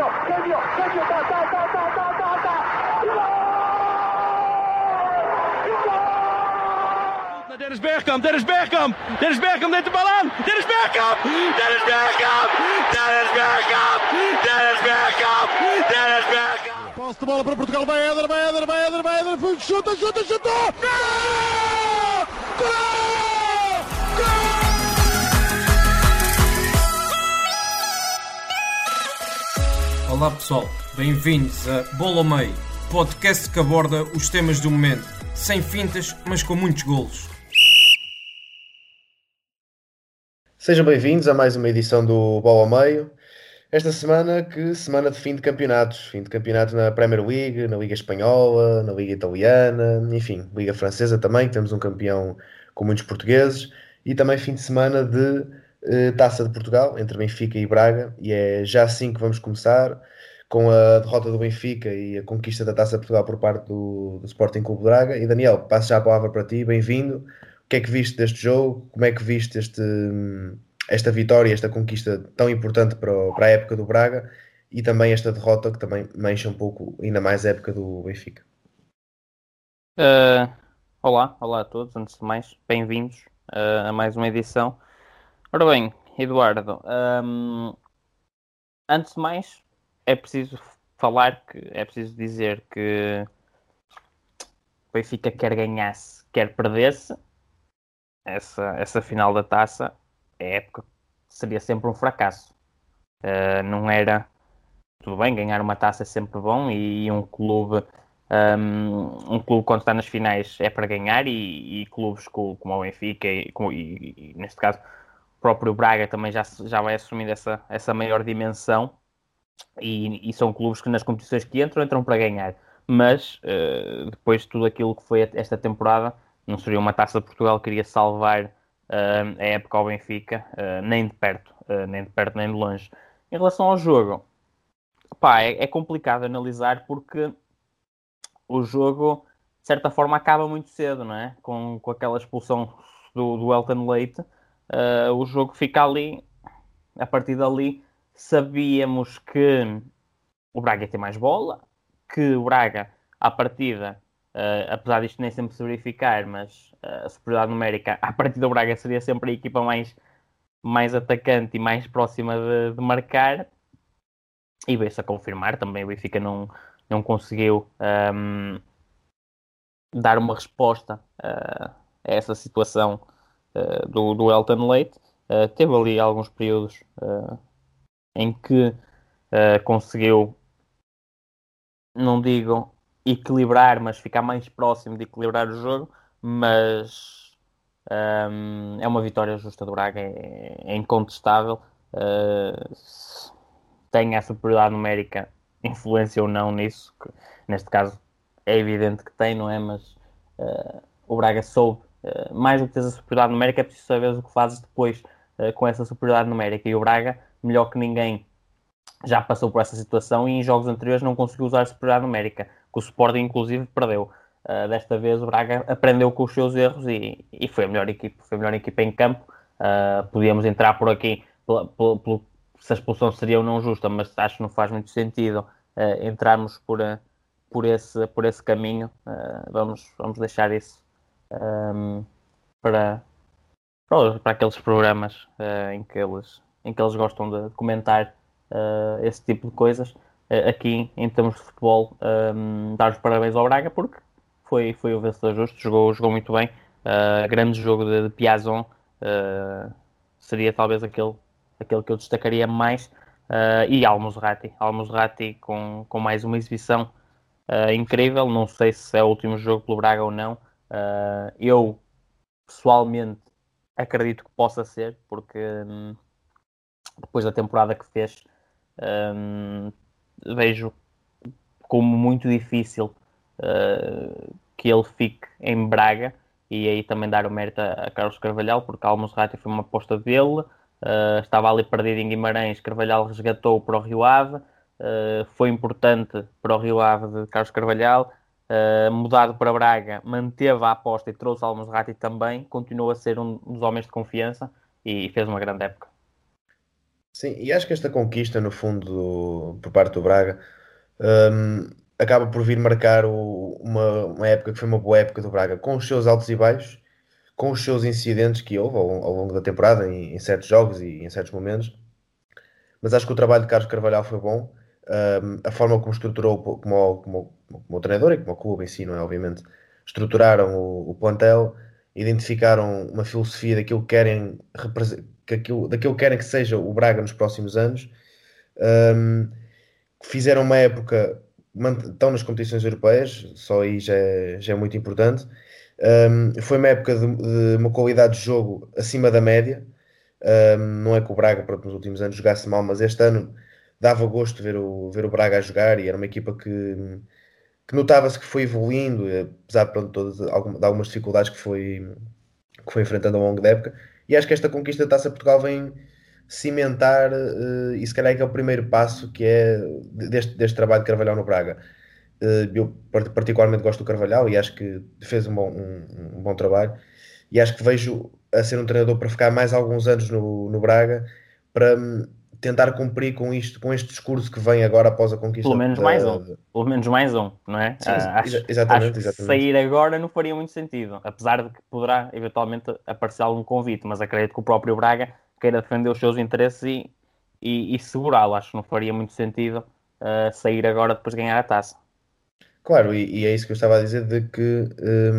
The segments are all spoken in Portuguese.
Dennis Bergkamp neemt de bal aan. Dennis Bergkamp. Posse de bola para Portugal, vai Éder, chuta! Gol! Olá pessoal, bem-vindos a Bola ao Meio, podcast que aborda os temas do momento, sem fintas, mas com muitos golos. Sejam bem-vindos a mais uma edição do Bola ao Meio. Esta semana, semana de fim de campeonatos na Premier League, na Liga Espanhola, na Liga Italiana, enfim, Liga Francesa também, que temos um campeão com muitos portugueses, e também fim de semana de Taça de Portugal, entre Benfica e Braga, e é já assim que vamos começar, com a derrota do Benfica e a conquista da Taça de Portugal por parte do Sporting Clube de Braga. E Daniel, passo já a palavra para ti, bem-vindo. O que é que viste deste jogo? Como é que viste esta vitória, esta conquista tão importante para a época do Braga, e também esta derrota que também mancha um pouco ainda mais a época do Benfica? Olá a todos, antes de mais, bem-vindos a mais uma edição. Ora bem, Eduardo, antes de mais é preciso dizer que o Benfica quer ganhasse, quer perdesse essa final da taça. A época seria sempre um fracasso. Não era... Tudo bem, ganhar uma taça é sempre bom, e um clube quando está nas finais é para ganhar, e clubes como o Benfica e neste caso o próprio Braga também já vai assumindo essa maior dimensão, e são clubes que nas competições que entram para ganhar. Mas depois de tudo aquilo que foi esta temporada, não seria uma Taça de Portugal que iria salvar a época ao Benfica, nem de perto, nem de longe. Em relação ao jogo, é complicado analisar, porque o jogo de certa forma acaba muito cedo, não é? Com aquela expulsão do Elton Leite, o jogo fica ali. A partir dali sabíamos que o Braga ia ter mais bola, que o Braga à partida, apesar disto nem sempre se verificar, mas a superioridade numérica, à partida do Braga seria sempre a equipa mais atacante e mais próxima de marcar, e veio-se a confirmar. Também o Benfica não conseguiu dar uma resposta a essa situação do Elton Leite. Teve ali alguns períodos em que conseguiu, não digo equilibrar, mas ficar mais próximo de equilibrar o jogo. Mas é uma vitória justa do Braga, é incontestável. Tem a superioridade numérica influência ou não nisso, que neste caso é evidente que tem, não é? Mas o Braga soube, mais do que ter a superioridade numérica, é preciso saber o que fazes depois com essa superioridade numérica, e o Braga, melhor que ninguém, já passou por essa situação, e em jogos anteriores não conseguiu usar a superioridade numérica, que o Sporting inclusive perdeu. Desta vez o Braga aprendeu com os seus erros e foi a melhor equipa em campo. Podíamos entrar por aqui se a expulsão seria ou não justa, mas acho que não faz muito sentido entrarmos por esse caminho. Vamos deixar isso para aqueles programas em que eles gostam de comentar esse tipo de coisas. Aqui, em termos de futebol, dar os parabéns ao Braga, porque foi o vencedor justo, jogou muito bem. Grande jogo de Piazon, seria talvez aquele que eu destacaria mais, e Al-Musrati com mais uma exibição incrível. Não sei se é o último jogo pelo Braga ou não. Eu pessoalmente acredito que possa ser, porque depois da temporada que fez, vejo como muito difícil que ele fique em Braga, e aí também dar o mérito a Carlos Carvalhal, porque Al-Musrati foi uma aposta dele. Estava ali perdido em Guimarães, Carvalhal resgatou para o Rio Ave. Foi importante para o Rio Ave de Carlos Carvalhal. Mudado para Braga, manteve a aposta e trouxe Al-Musrati também. Continuou a ser um dos homens de confiança e fez uma grande época. Sim, e acho que esta conquista, no fundo, por parte do Braga, acaba por vir marcar uma época que foi uma boa época do Braga, com os seus altos e baixos, com os seus incidentes que houve ao longo da temporada, em certos jogos e em certos momentos. Mas acho que o trabalho de Carlos Carvalhal foi bom. A forma como estruturou, como o treinador e como o clube em si, não é? Obviamente, estruturaram o plantel, identificaram uma filosofia daquilo que querem, daquilo que querem que seja o Braga nos próximos anos. Um, Fizeram uma época, estão nas competições europeias, só aí já é muito importante. Foi uma época de uma qualidade de jogo acima da média. Não é que o Braga, pronto, nos últimos anos jogasse mal, mas este ano dava gosto ver o Braga a jogar e era uma equipa que notava-se que foi evoluindo, apesar pronto, de algumas dificuldades que foi enfrentando ao longo da época. E acho que esta conquista da Taça Portugal vem cimentar, e se calhar é que é o primeiro passo que é deste trabalho de Carvalhal no Braga. Eu particularmente gosto do Carvalhal e acho que fez um bom trabalho e acho que vejo a ser um treinador para ficar mais alguns anos no Braga para tentar cumprir com este discurso que vem agora após a Pelo conquista menos mais um. Pelo menos mais um, não é? Sim, Acho exatamente, que exatamente. sair agora não faria muito sentido. Apesar de que poderá eventualmente aparecer algum convite, mas acredito que o próprio Braga queira defender os seus interesses e segurá-lo. Acho que não faria muito sentido sair agora depois de ganhar a taça. Claro, e é isso que eu estava a dizer, de que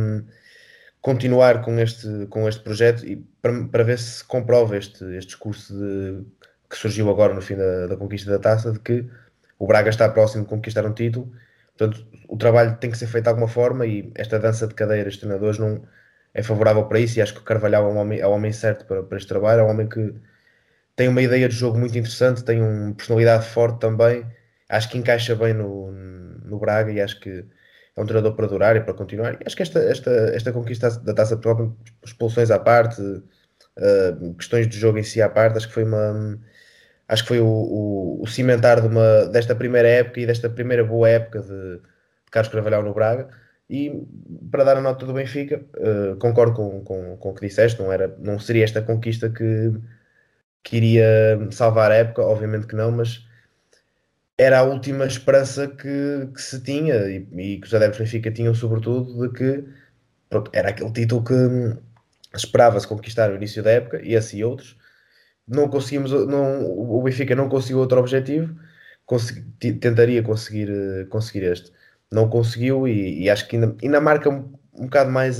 continuar com este projeto e para ver se comprova este discurso que surgiu agora no fim da conquista da taça, de que o Braga está próximo de conquistar um título. Portanto, o trabalho tem que ser feito de alguma forma e esta dança de cadeiras de treinadores não é favorável para isso e acho que o Carvalhal é o homem certo para este trabalho, é um homem que tem uma ideia de jogo muito interessante, tem uma personalidade forte também, acho que encaixa bem no Braga e acho que é um treinador para durar e para continuar. E acho que esta conquista da Taça de Portugal, expulsões à parte, questões de jogo em si à parte, acho que foi o cimentar desta primeira época e desta primeira boa época de Carlos Carvalhal no Braga. E para dar a nota do Benfica, concordo com o que disseste, não seria esta conquista que iria salvar a época, obviamente que não, mas era a última esperança que se tinha e que os adeptos do Benfica tinham, sobretudo, de que pronto, era aquele título que esperava-se conquistar no início da época, e esse e outros. Não conseguimos, não, o Benfica não conseguiu outro objetivo, tentaria conseguir este. Não conseguiu e acho que ainda marca um bocado mais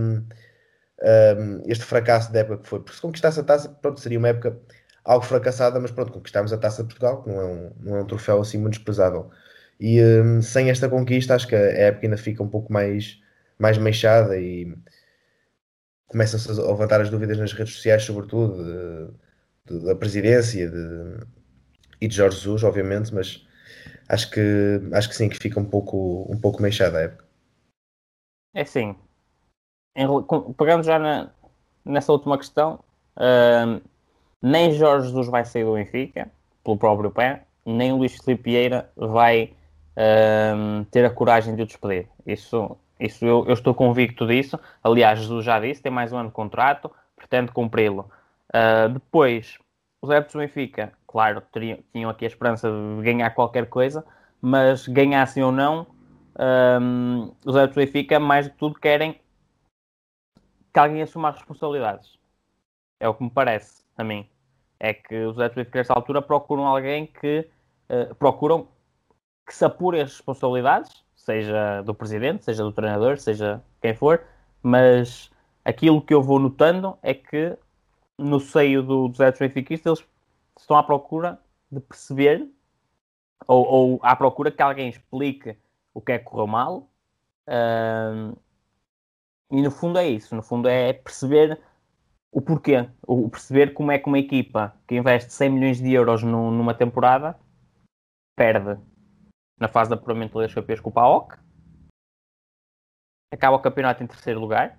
este fracasso da época que foi. Porque se conquistasse a taça, pronto, seria uma época algo fracassada, mas pronto, conquistámos a Taça de Portugal, que não é um troféu assim muito desprezável. E sem esta conquista, acho que a época ainda fica um pouco mais manchada e começam-se a levantar as dúvidas nas redes sociais, sobretudo da presidência e de Jorge Jesus, obviamente, mas acho que sim, que fica um pouco manchada a época. É assim, pegando já nessa última questão, nem Jorge Jesus vai sair do Benfica, pelo próprio pé, nem o Luís Filipe Vieira vai ter a coragem de o despedir. Isso eu estou convicto disso. Aliás, Jesus já disse, tem mais um ano de contrato, pretende cumpri-lo. Depois, os adeptos do Benfica, claro, tinham aqui a esperança de ganhar qualquer coisa, mas ganhassem ou não, os adeptos do Benfica, mais do que tudo, querem que alguém assuma as responsabilidades. É o que me parece a mim. É que os adeptos do Benfica, nesta altura, procuram alguém que se apure as responsabilidades, seja do presidente, seja do treinador, seja quem for, mas aquilo que eu vou notando é que no seio dos adeptos benfiquistas eles estão à procura de perceber ou à procura que alguém explique o que é que correu mal, e no fundo é isso, no fundo é perceber o porquê, perceber como é que uma equipa que investe 100 milhões de euros numa temporada perde na fase de apuramento das Campeões com o PAOK, acaba o campeonato em terceiro lugar,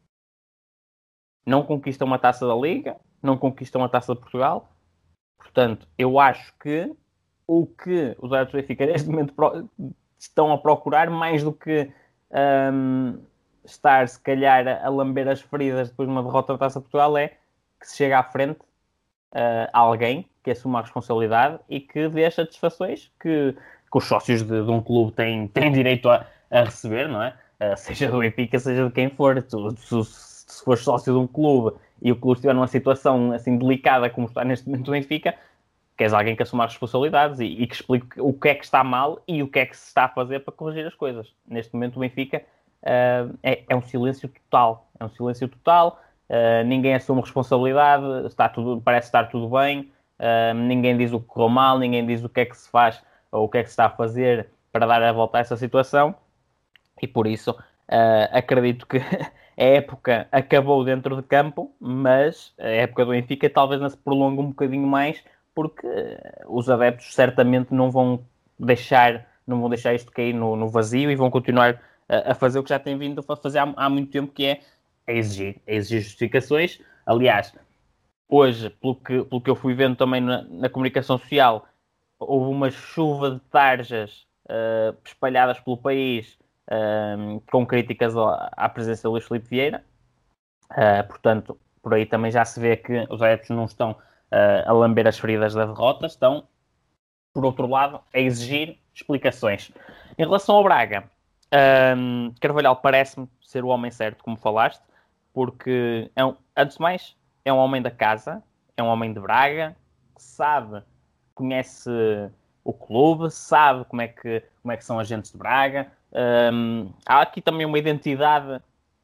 não conquista uma taça da Liga, não conquista uma taça de Portugal. Portanto, eu acho que o que os adeptos do Benfica neste momento estão a procurar, mais do que estar, se calhar, a lamber as feridas depois de uma derrota da Taça de Portugal, é que se chega à frente alguém que assuma a responsabilidade e que dê as satisfações que os sócios de um clube têm direito a receber, não é? Seja do Benfica, seja de quem for. Se fores sócio de um clube e o clube estiver numa situação assim delicada como está neste momento o Benfica, queres alguém que assuma as responsabilidades e que explique o que é que está mal e o que é que se está a fazer para corrigir as coisas. Neste momento o Benfica é um silêncio total. É um silêncio total. Ninguém assume responsabilidade. Parece estar tudo bem. Ninguém diz o que correu mal. Ninguém diz o que é que se faz ou o que é que se está a fazer para dar a volta a essa situação. E por isso acredito que a época acabou dentro de campo, mas a época do Benfica talvez não se prolongue um bocadinho mais, porque os adeptos certamente não vão deixar isto cair no vazio e vão continuar a fazer o que já têm vindo a fazer há muito tempo, que é exigir justificações. Aliás, hoje, pelo que eu fui vendo também na comunicação social, houve uma chuva de tarjas espalhadas pelo país com críticas à presença de Luís Filipe Vieira. Portanto, por aí também já se vê que os adeptos não estão a lamber as feridas da derrota, estão, por outro lado, a exigir explicações. Em relação ao Braga, Carvalhal parece-me ser o homem certo, como falaste, porque, antes de mais, é um homem da casa, é um homem de Braga, que conhece o clube, sabe como é que são agentes de Braga. Há aqui também uma identidade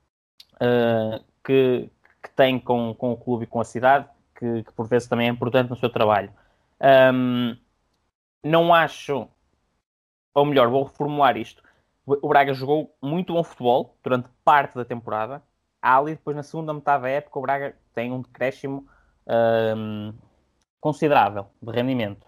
que tem com o clube e com a cidade, que por vezes também é importante no seu trabalho. Não acho, ou melhor, vou reformular isto. O Braga jogou muito bom futebol durante parte da temporada. Ali, depois, na segunda metade da época, o Braga tem um decréscimo considerável de rendimento.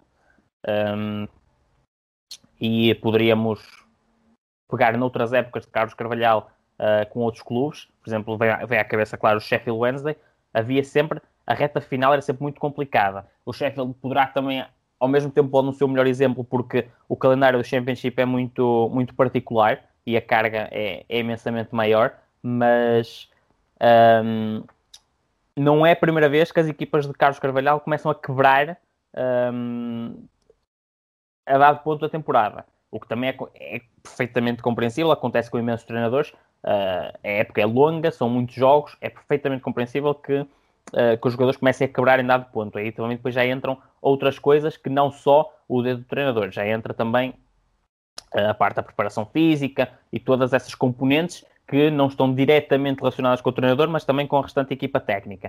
E poderíamos pegar noutras épocas de Carlos Carvalhal com outros clubes. Por exemplo, vem à cabeça, claro, o Sheffield Wednesday. Havia sempre, a reta final era sempre muito complicada. O Sheffield poderá também, ao mesmo tempo, pode não ser o melhor exemplo, porque o calendário do Championship é muito, muito particular e a carga é imensamente maior, mas não é a primeira vez que as equipas de Carlos Carvalhal começam a quebrar a dado ponto da temporada. O que também é perfeitamente compreensível, acontece com imensos treinadores. A época é longa, são muitos jogos, é perfeitamente compreensível que os jogadores comecem a quebrar em dado ponto. Aí também depois já entram outras coisas que não só o dedo do treinador, já entra também a parte da preparação física e todas essas componentes que não estão diretamente relacionadas com o treinador, mas também com a restante equipa técnica.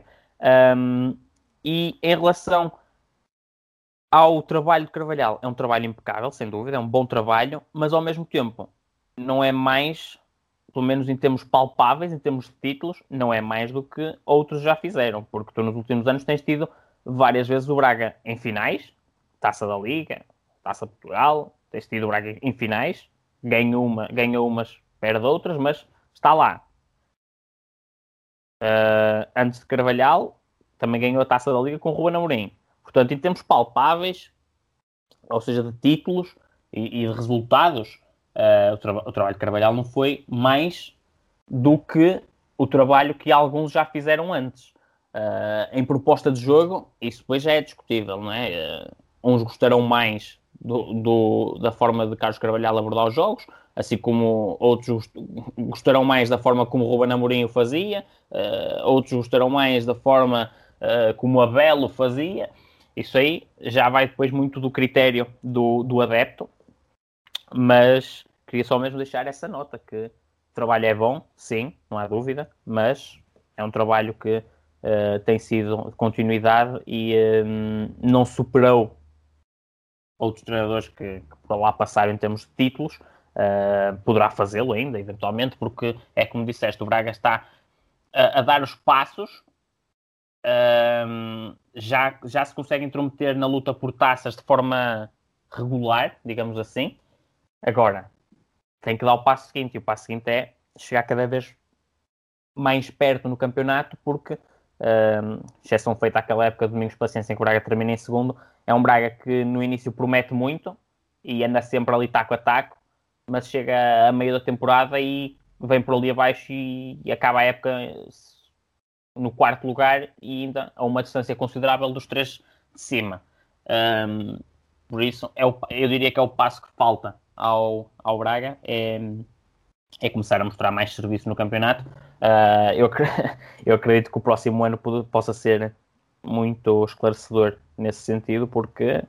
E em relação ao trabalho de Carvalhal, é um trabalho impecável, sem dúvida, é um bom trabalho, mas ao mesmo tempo não é mais, pelo menos em termos palpáveis, em termos de títulos, não é mais do que outros já fizeram, porque tu nos últimos anos tens tido várias vezes o Braga em finais, Taça da Liga, Taça de Portugal, tens tido o Braga em finais, ganha umas, perde outras, mas está lá. Antes de Carvalhal, também ganhou a Taça da Liga com o Ruben Amorim. Portanto, em termos palpáveis, ou seja, de títulos e de resultados, o trabalho de Carvalhal não foi mais do que o trabalho que alguns já fizeram antes. Em proposta de jogo, isso depois já é discutível, não é? Uns gostarão mais da forma de Carlos Carvalhal abordar os jogos, assim como outros gostarão mais da forma como o Ruben Amorim o fazia, outros gostarão mais da forma como o Abel o fazia. Isso aí já vai depois muito do critério do adepto, mas queria só mesmo deixar essa nota, que o trabalho é bom, sim, não há dúvida, mas é um trabalho que tem sido de continuidade e não superou outros treinadores que por lá passaram em termos de títulos. Poderá fazê-lo ainda, eventualmente, porque é como disseste, o Braga está a dar os passos. Já se consegue intrometer na luta por taças de forma regular, digamos assim. Agora, tem que dar o passo seguinte, e o passo seguinte é chegar cada vez mais perto no campeonato, porque, exceção feita àquela época de Domingos Paciência em que o Braga termina em segundo, é um Braga que no início promete muito e anda sempre ali taco a taco, mas chega a meio da temporada e vem por ali abaixo e acaba a época no quarto lugar e ainda a uma distância considerável dos 3 de cima. Por isso, eu diria que é o passo que falta ao Braga, é começar a mostrar mais serviço no campeonato. Eu acredito que o próximo ano possa ser muito esclarecedor nesse sentido, porque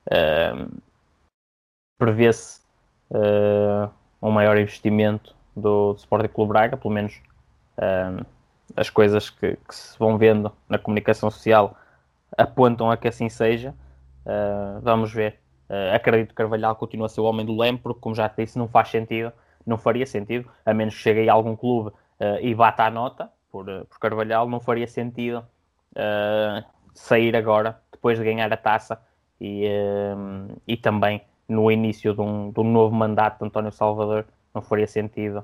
prevê-se um maior investimento do Sporting Clube Braga, pelo menos as coisas que se vão vendo na comunicação social apontam a que assim seja. Vamos ver. Acredito que Carvalhal continua a ser o homem do Leme, porque, como já te disse, não faria sentido, a menos que chegue aí algum clube e bata a nota por Carvalhal, não faria sentido sair agora, depois de ganhar a taça e também no início de um novo mandato de António Salvador, não faria sentido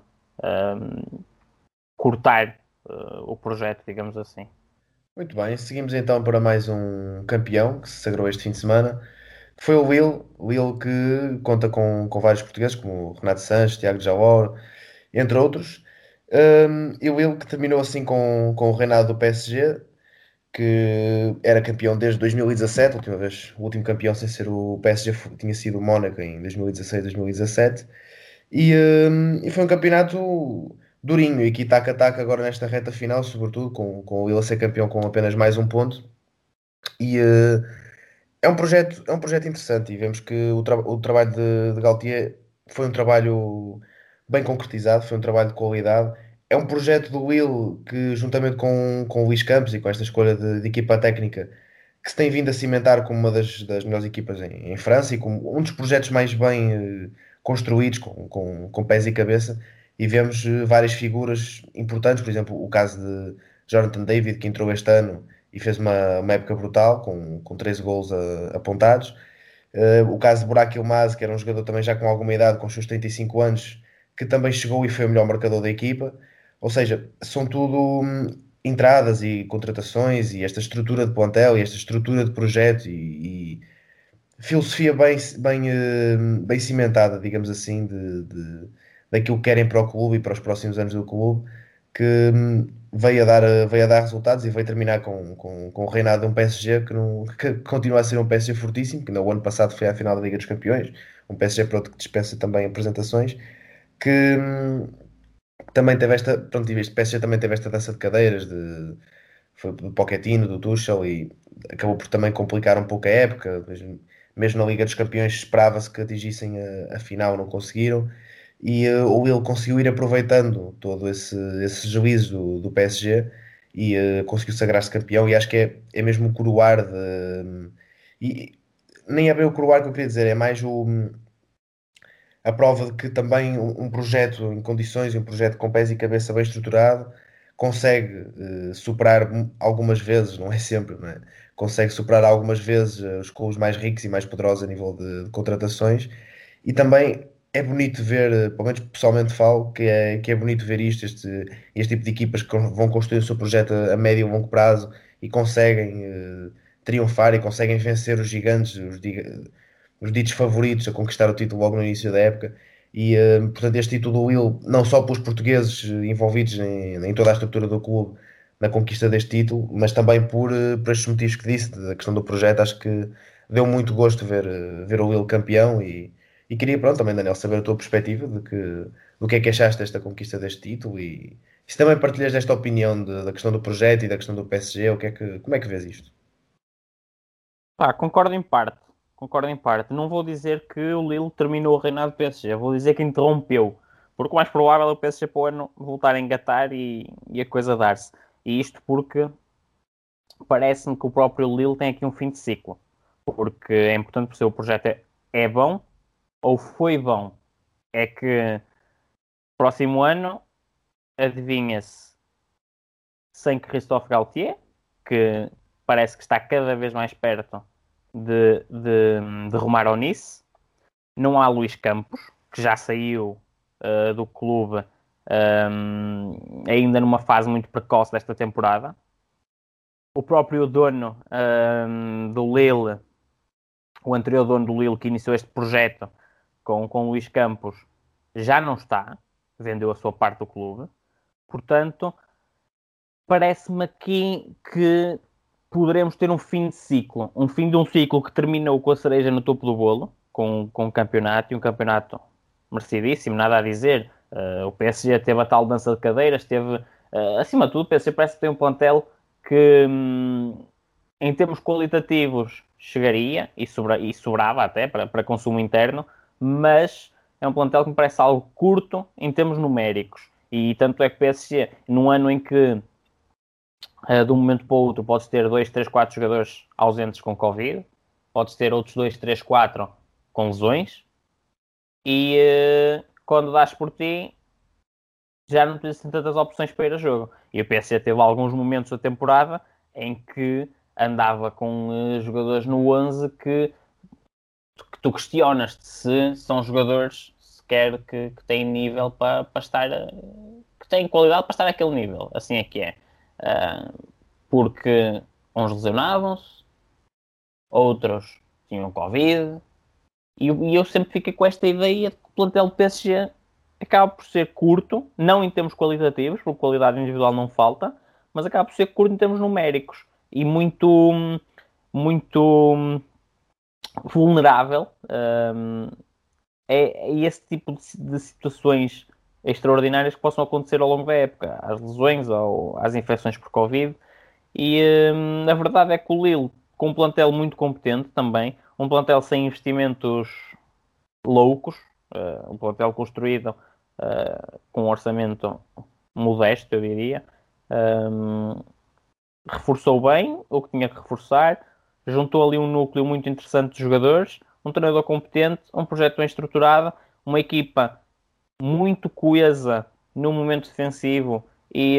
cortar o projeto, digamos assim. Muito bem, seguimos então para mais um campeão que se sagrou este fim de semana, que foi o Lille que conta com vários portugueses, como Renato Sanches, Tiago Jalor, entre outros. E o Lille que terminou assim com o reinado do PSG, que era campeão desde 2017, o último campeão sem ser o PSG tinha sido o Mónaco em 2016, 2017. E foi um campeonato durinho e que taca-taca agora nesta reta final, sobretudo com o Lille a ser campeão com apenas mais um ponto. E é um projeto interessante e vemos que o trabalho de Galtier foi um trabalho bem concretizado, foi um trabalho de qualidade. É um projeto do Lille que, juntamente com o Luís Campos e com esta escolha de equipa técnica, que se tem vindo a cimentar como uma das melhores equipas em França e como um dos projetos mais bem construídos, com pés e cabeça. E vemos várias figuras importantes, por exemplo, o caso de Jonathan David, que entrou este ano e fez uma época brutal, com 13 gols apontados. O caso de Burak Yilmaz, que era um jogador também já com alguma idade, com os seus 35 anos, que também chegou e foi o melhor marcador da equipa. Ou seja, são tudo entradas e contratações e esta estrutura de plantel e esta estrutura de projeto e filosofia bem cimentada, digamos assim, daquilo que querem para o clube e para os próximos anos do clube, que veio a dar resultados e veio terminar com o reinado de um PSG que continua a ser um PSG fortíssimo, que no ano passado foi à final da Liga dos Campeões, um PSG pronto, que dispensa também apresentações, que também teve este PSG também teve esta dança de cadeiras foi do Pochettino, do Tuchel, e acabou por também complicar um pouco a época. Mesmo na Liga dos Campeões esperava-se que atingissem a final, não conseguiram. E o Lille conseguiu ir aproveitando todo esse juízo do PSG e conseguiu sagrar-se campeão. E acho que é mesmo o coroar e nem é bem o coroar que eu queria dizer, é mais a prova de que também um projeto em condições, um projeto com pés e cabeça bem estruturado, consegue superar algumas vezes, não é sempre, não é? Consegue superar algumas vezes os clubes mais ricos e mais poderosos a nível de contratações. E também é bonito ver, pelo menos pessoalmente falo, que é bonito ver este tipo de equipas que vão construir o seu projeto a médio e longo prazo e conseguem triunfar e conseguem vencer os gigantes, os ditos favoritos a conquistar o título logo no início da época. E portanto, este título do Lille, não só pelos portugueses envolvidos em toda a estrutura do clube na conquista deste título, mas também por estes motivos que disse, da questão do projeto, acho que deu muito gosto ver o Lille campeão. E queria, pronto, também, Daniel, saber a tua perspectiva do que é que achaste desta conquista deste título e se também partilhas desta opinião da questão do projeto e da questão do PSG, como é que vês isto? Concordo em parte. Não vou dizer que o Lille terminou o reinado do PSG, vou dizer que interrompeu. Porque o mais provável é o PSG para o ano voltar a engatar e a coisa dar-se. E isto porque parece-me que o próprio Lille tem aqui um fim de ciclo. Porque é importante perceber o projeto é bom ou foi bom. É que próximo ano adivinha-se sem Christophe Galtier, que parece que está cada vez mais perto de rumar ao Nice. Não há Luís Campos, que já saiu do clube ainda numa fase muito precoce desta temporada. O próprio dono do Lille, o anterior dono do Lille que iniciou este projeto com Luís Campos, já não está, vendeu a sua parte do clube. Portanto, parece-me aqui que poderemos ter um fim de ciclo. Um fim de um ciclo que terminou com a cereja no topo do bolo, com um campeonato, e um campeonato merecidíssimo, nada a dizer. O PSG teve a tal dança de cadeiras, teve, acima de tudo, o PSG parece que tem um plantel que, em termos qualitativos, chegaria e sobrava até para consumo interno, mas é um plantel que me parece algo curto em termos numéricos. E tanto é que o PSG, num ano em que de um momento para o outro podes ter 2, 3, 4 jogadores ausentes com Covid, podes ter outros 2, 3, 4 com lesões, e quando dás por ti já não tens tantas opções para ir a jogo. E o PSG teve alguns momentos da temporada em que andava com jogadores no 11 que tu questionas-te se são jogadores sequer que têm nível para estar, que têm qualidade para estar àquele nível, assim é que é. Porque uns lesionavam-se, outros tinham Covid, e eu sempre fiquei com esta ideia de que o plantel do PSG acaba por ser curto, não em termos qualitativos, porque qualidade individual não falta, mas acaba por ser curto em termos numéricos e muito vulnerável é esse tipo de situações extraordinárias que possam acontecer ao longo da época, às lesões ou às infecções por Covid. E a verdade é que o Lille, com um plantel muito competente também, um plantel sem investimentos loucos, um plantel construído com um orçamento modesto, eu diria, reforçou bem o que tinha que reforçar, juntou ali um núcleo muito interessante de jogadores, um treinador competente, um projeto bem estruturado, uma equipa muito coesa no momento defensivo e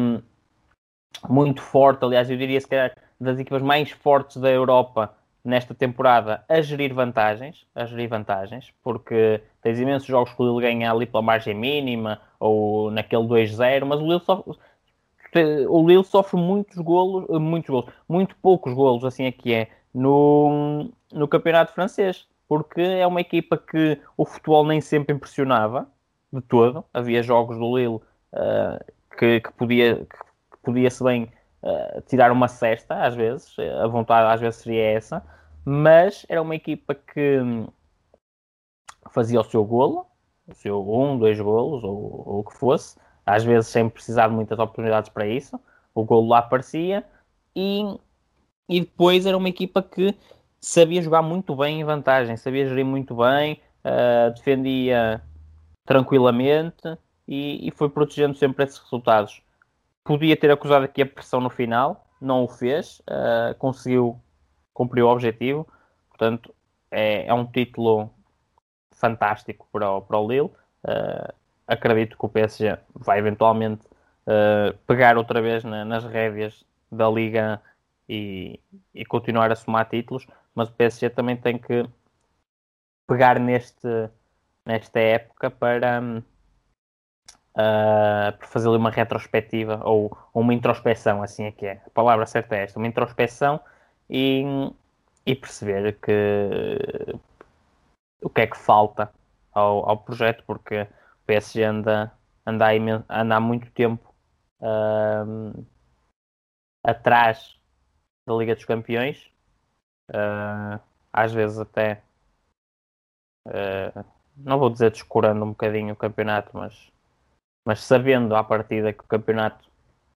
muito forte, aliás, eu diria se calhar das equipas mais fortes da Europa nesta temporada a gerir vantagens, porque tens imensos jogos que o Lille ganha ali pela margem mínima ou naquele 2-0, mas o Lille sofre muito poucos golos, assim é que é, no campeonato francês, porque é uma equipa que o futebol nem sempre impressionava de todo. Havia jogos do Lille que podia-se bem tirar uma cesta, às vezes, a vontade às vezes seria essa, mas era uma equipa que fazia o seu golo, o seu 2 golos, ou o que fosse, às vezes sem precisar de muitas oportunidades para isso, o golo lá aparecia, e depois era uma equipa que sabia jogar muito bem em vantagem, sabia gerir muito bem, defendia tranquilamente e foi protegendo sempre esses resultados. Podia ter acusado aqui a pressão no final, não o fez, conseguiu cumprir o objetivo, portanto é um título fantástico para o Lille. Acredito que o PSG vai eventualmente pegar outra vez nas rédeas da Liga e continuar a somar títulos, mas o PSG também tem que pegar nesta época para fazer ali uma retrospectiva ou uma introspeção, assim é que é. A palavra certa é esta, uma introspeção e perceber o que é que falta ao projeto, porque o PSG anda há muito tempo atrás da Liga dos Campeões, às vezes até não vou dizer descurando um bocadinho o campeonato, mas sabendo à partida que o campeonato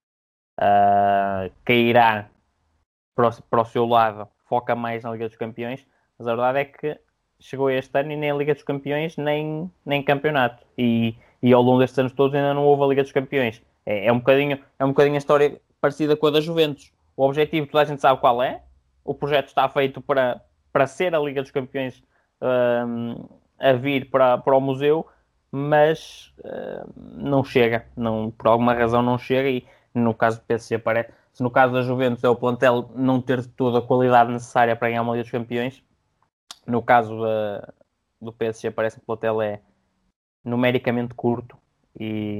cairá para o seu lado, foca mais na Liga dos Campeões, mas a verdade é que chegou este ano e nem a Liga dos Campeões nem campeonato, e ao longo destes anos todos ainda não houve a Liga dos Campeões. É um bocadinho a história parecida com a da Juventus. O objetivo toda a gente sabe qual é, o projeto está feito para ser a Liga dos Campeões a vir para o museu, mas não chega, por alguma razão não chega, e no caso do PSG parece, se no caso da Juventus é o plantel não ter toda a qualidade necessária para ganhar uma Liga dos Campeões, no caso do PSG parece que o plantel é numericamente curto e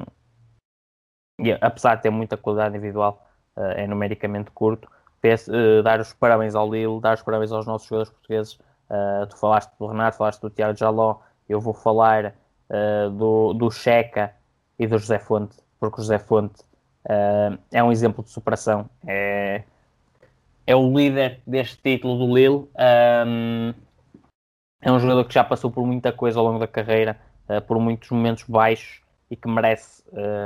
apesar de ter muita qualidade individual, é numericamente curto. Dar os parabéns ao Lille, dar os parabéns aos nossos jogadores portugueses. Tu falaste do Renato, falaste do Tiago Jaló, eu vou falar do Checa e do José Fonte, porque o José Fonte É um exemplo de superação. É o líder deste título do Lille. É um jogador que já passou por muita coisa ao longo da carreira, por muitos momentos baixos, e que merece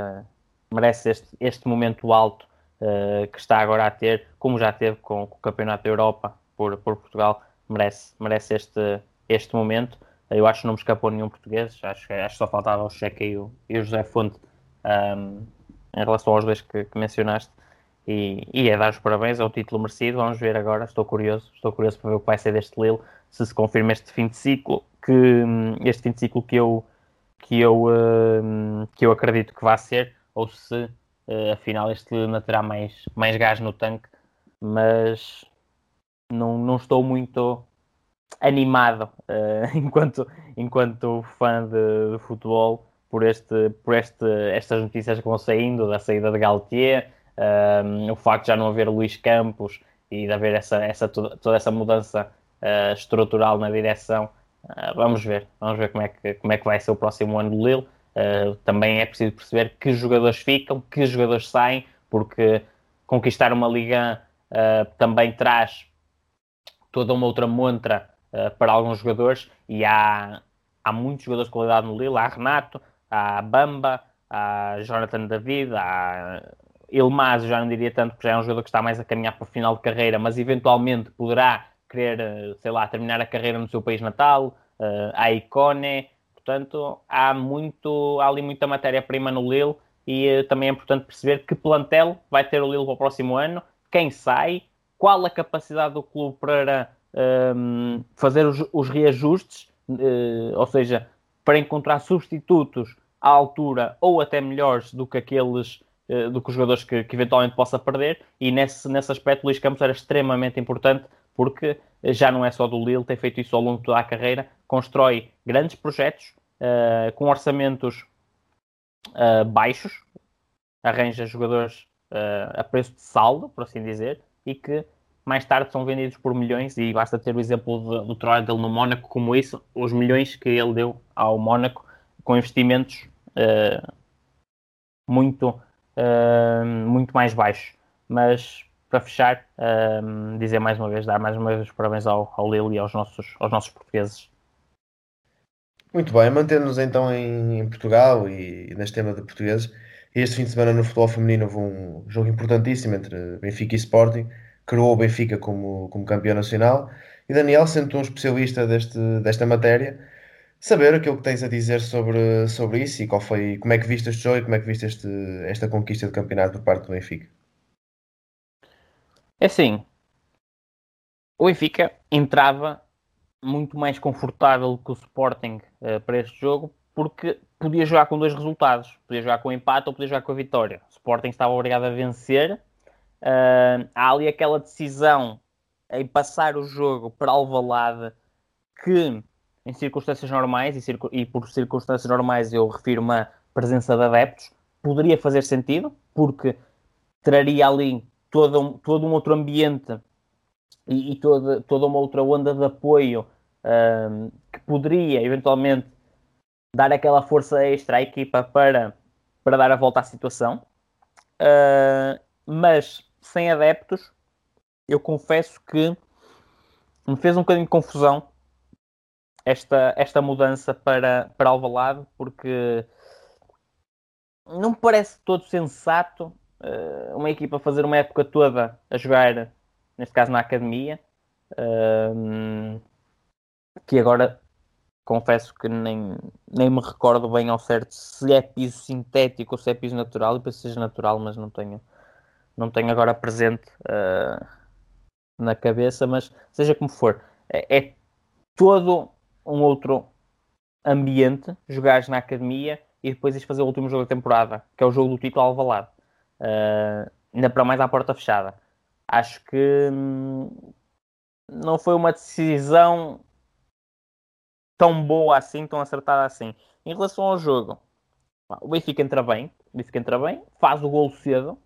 este momento alto que está agora a ter, como já teve com o Campeonato da Europa por Portugal. Merece este momento. Eu acho que não me escapou nenhum português. Acho que só faltava o Checa e o José Fonte em relação aos dois que mencionaste. E é dar os parabéns, é um título merecido. Vamos ver agora, estou curioso para ver o que vai ser deste Lille, se confirma este fim de ciclo, que eu acredito que vai ser, ou se afinal este Lille ainda terá mais gás no tanque. Mas não estou muito animado enquanto fã de futebol por estas notícias que vão saindo, da saída de Galtier, o facto de já não haver Luís Campos e de haver toda essa mudança estrutural na direção. Vamos ver como é que vai ser o próximo ano do Lille. Também é preciso perceber que jogadores ficam, que jogadores saem, porque conquistar uma Liga também traz toda uma outra montra para alguns jogadores, e há muitos jogadores de qualidade no Lille. Há Renato, há Bamba, há Jonathan David, há Ilmaz, já não diria tanto, porque já é um jogador que está mais a caminhar para o final de carreira, mas eventualmente poderá querer, terminar a carreira no seu país natal. Há Icone, portanto há ali muita matéria-prima no Lille, e também é importante perceber que plantel vai ter o Lille para o próximo ano, quem sai, qual a capacidade do clube para fazer os reajustes, ou seja, para encontrar substitutos à altura ou até melhores do que os jogadores que eventualmente possa perder. E nesse aspecto Luís Campos era extremamente importante, porque já não é só do Lille, tem feito isso ao longo de toda a carreira, constrói grandes projetos com orçamentos baixos, arranja jogadores a preço de saldo, por assim dizer, e que mais tarde são vendidos por milhões. E basta ter o exemplo do trabalho dele no Mónaco como isso, os milhões que ele deu ao Mónaco, com investimentos muito mais baixos. Mas para fechar, dar mais uma vez os parabéns ao Lille e aos nossos portugueses. Muito bem, mantendo-nos então em Portugal e neste tema de portugueses. Este fim de semana no futebol feminino houve um jogo importantíssimo entre Benfica e Sporting, coroou o Benfica como campeão nacional. E Daniel, sendo um especialista desta matéria, saber aquilo que tens a dizer sobre isso e como é que viste este jogo e como é que viste esta conquista de campeonato por parte do Benfica. É assim, o Benfica entrava muito mais confortável que o Sporting para este jogo, porque podia jogar com dois resultados, podia jogar com o empate ou podia jogar com a vitória. O Sporting estava obrigado a vencer. Há ali aquela decisão em passar o jogo para Alvalade, que em circunstâncias normais, e por circunstâncias normais eu refiro uma presença de adeptos, poderia fazer sentido, porque traria ali todo um outro ambiente e toda uma outra onda de apoio que poderia eventualmente dar aquela força extra à equipa para dar a volta à situação. Mas sem adeptos, eu confesso que me fez um bocadinho de confusão esta mudança para Alvalade, porque não me parece todo sensato uma equipa fazer uma época toda a jogar, neste caso na academia, que agora confesso que nem me recordo bem ao certo se é piso sintético ou se é piso natural. Eu penso que seja natural, mas não tenho agora presente na cabeça. Mas seja como for, é todo um outro ambiente jogares na academia e depois ires fazer o último jogo da temporada, que é o jogo do título Alvalade, ainda para mais à porta fechada. Acho que não foi uma decisão tão boa assim, tão acertada assim. Em relação ao jogo, o Benfica entra bem, faz o golo cedo,